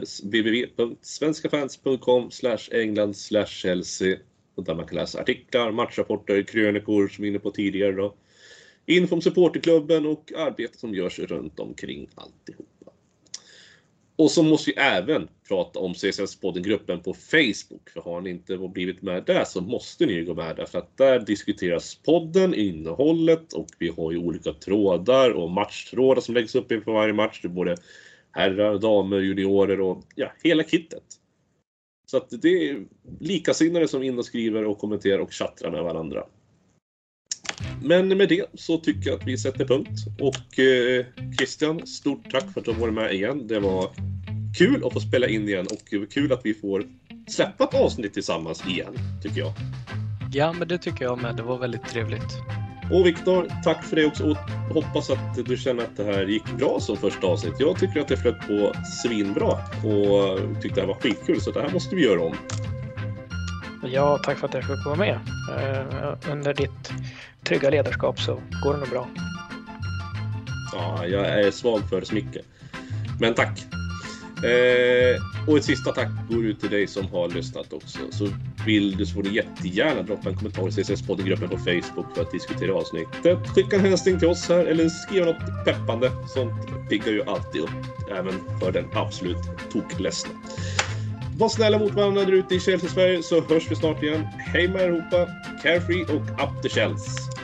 www.svenskafans.com/england/Chelsea. Där man kan läsa artiklar, matchrapporter, krönikor som vi är inne på tidigare då. Info om supporterklubben och arbete som görs runt omkring alltihopa. Och så måste vi även prata om CSS-podden-gruppen på Facebook. För har ni inte blivit med där så måste ni gå med där. För att där diskuteras podden, innehållet, och vi har ju olika trådar och matchtrådar som läggs upp inför varje match. Det är både herrar, damer, juniorer och ja, hela kittet. Så att det är likasinnade som in och skriver och kommenterar och chattrar med varandra. Men med det så tycker jag att vi sätter punkt. Och Christian, stort tack för att du har varit med igen. Det var kul att få spela in igen och kul att vi får släppa ett avsnitt tillsammans igen, tycker jag. Ja, men det tycker jag med. Det var väldigt trevligt. Och Viktor, tack för det också. Och hoppas att du känner att det här gick bra som första avsnitt. Jag tycker att det flöt på svinbra och tyckte det här var skitkul, så det här måste vi göra om. Ja, tack för att jag fick vara med. Under ditt trygga ledarskap så går det nog bra. Ja, jag är svag för smycke. Men tack. Och ett sista tack går ut till dig som har lyssnat också. Så vill du så får du jättegärna droppa en kommentar i CSS-poddgruppen på Facebook för att diskutera avsnittet. Skicka en hälsning till oss här eller skriva något peppande. Sånt piggar ju alltid upp, även för den absolut tokledsna. Var snälla mot varandra där ute i Chelsea Sverige, så hörs vi snart igen. Hej med er allihopa, carefree och up the shells.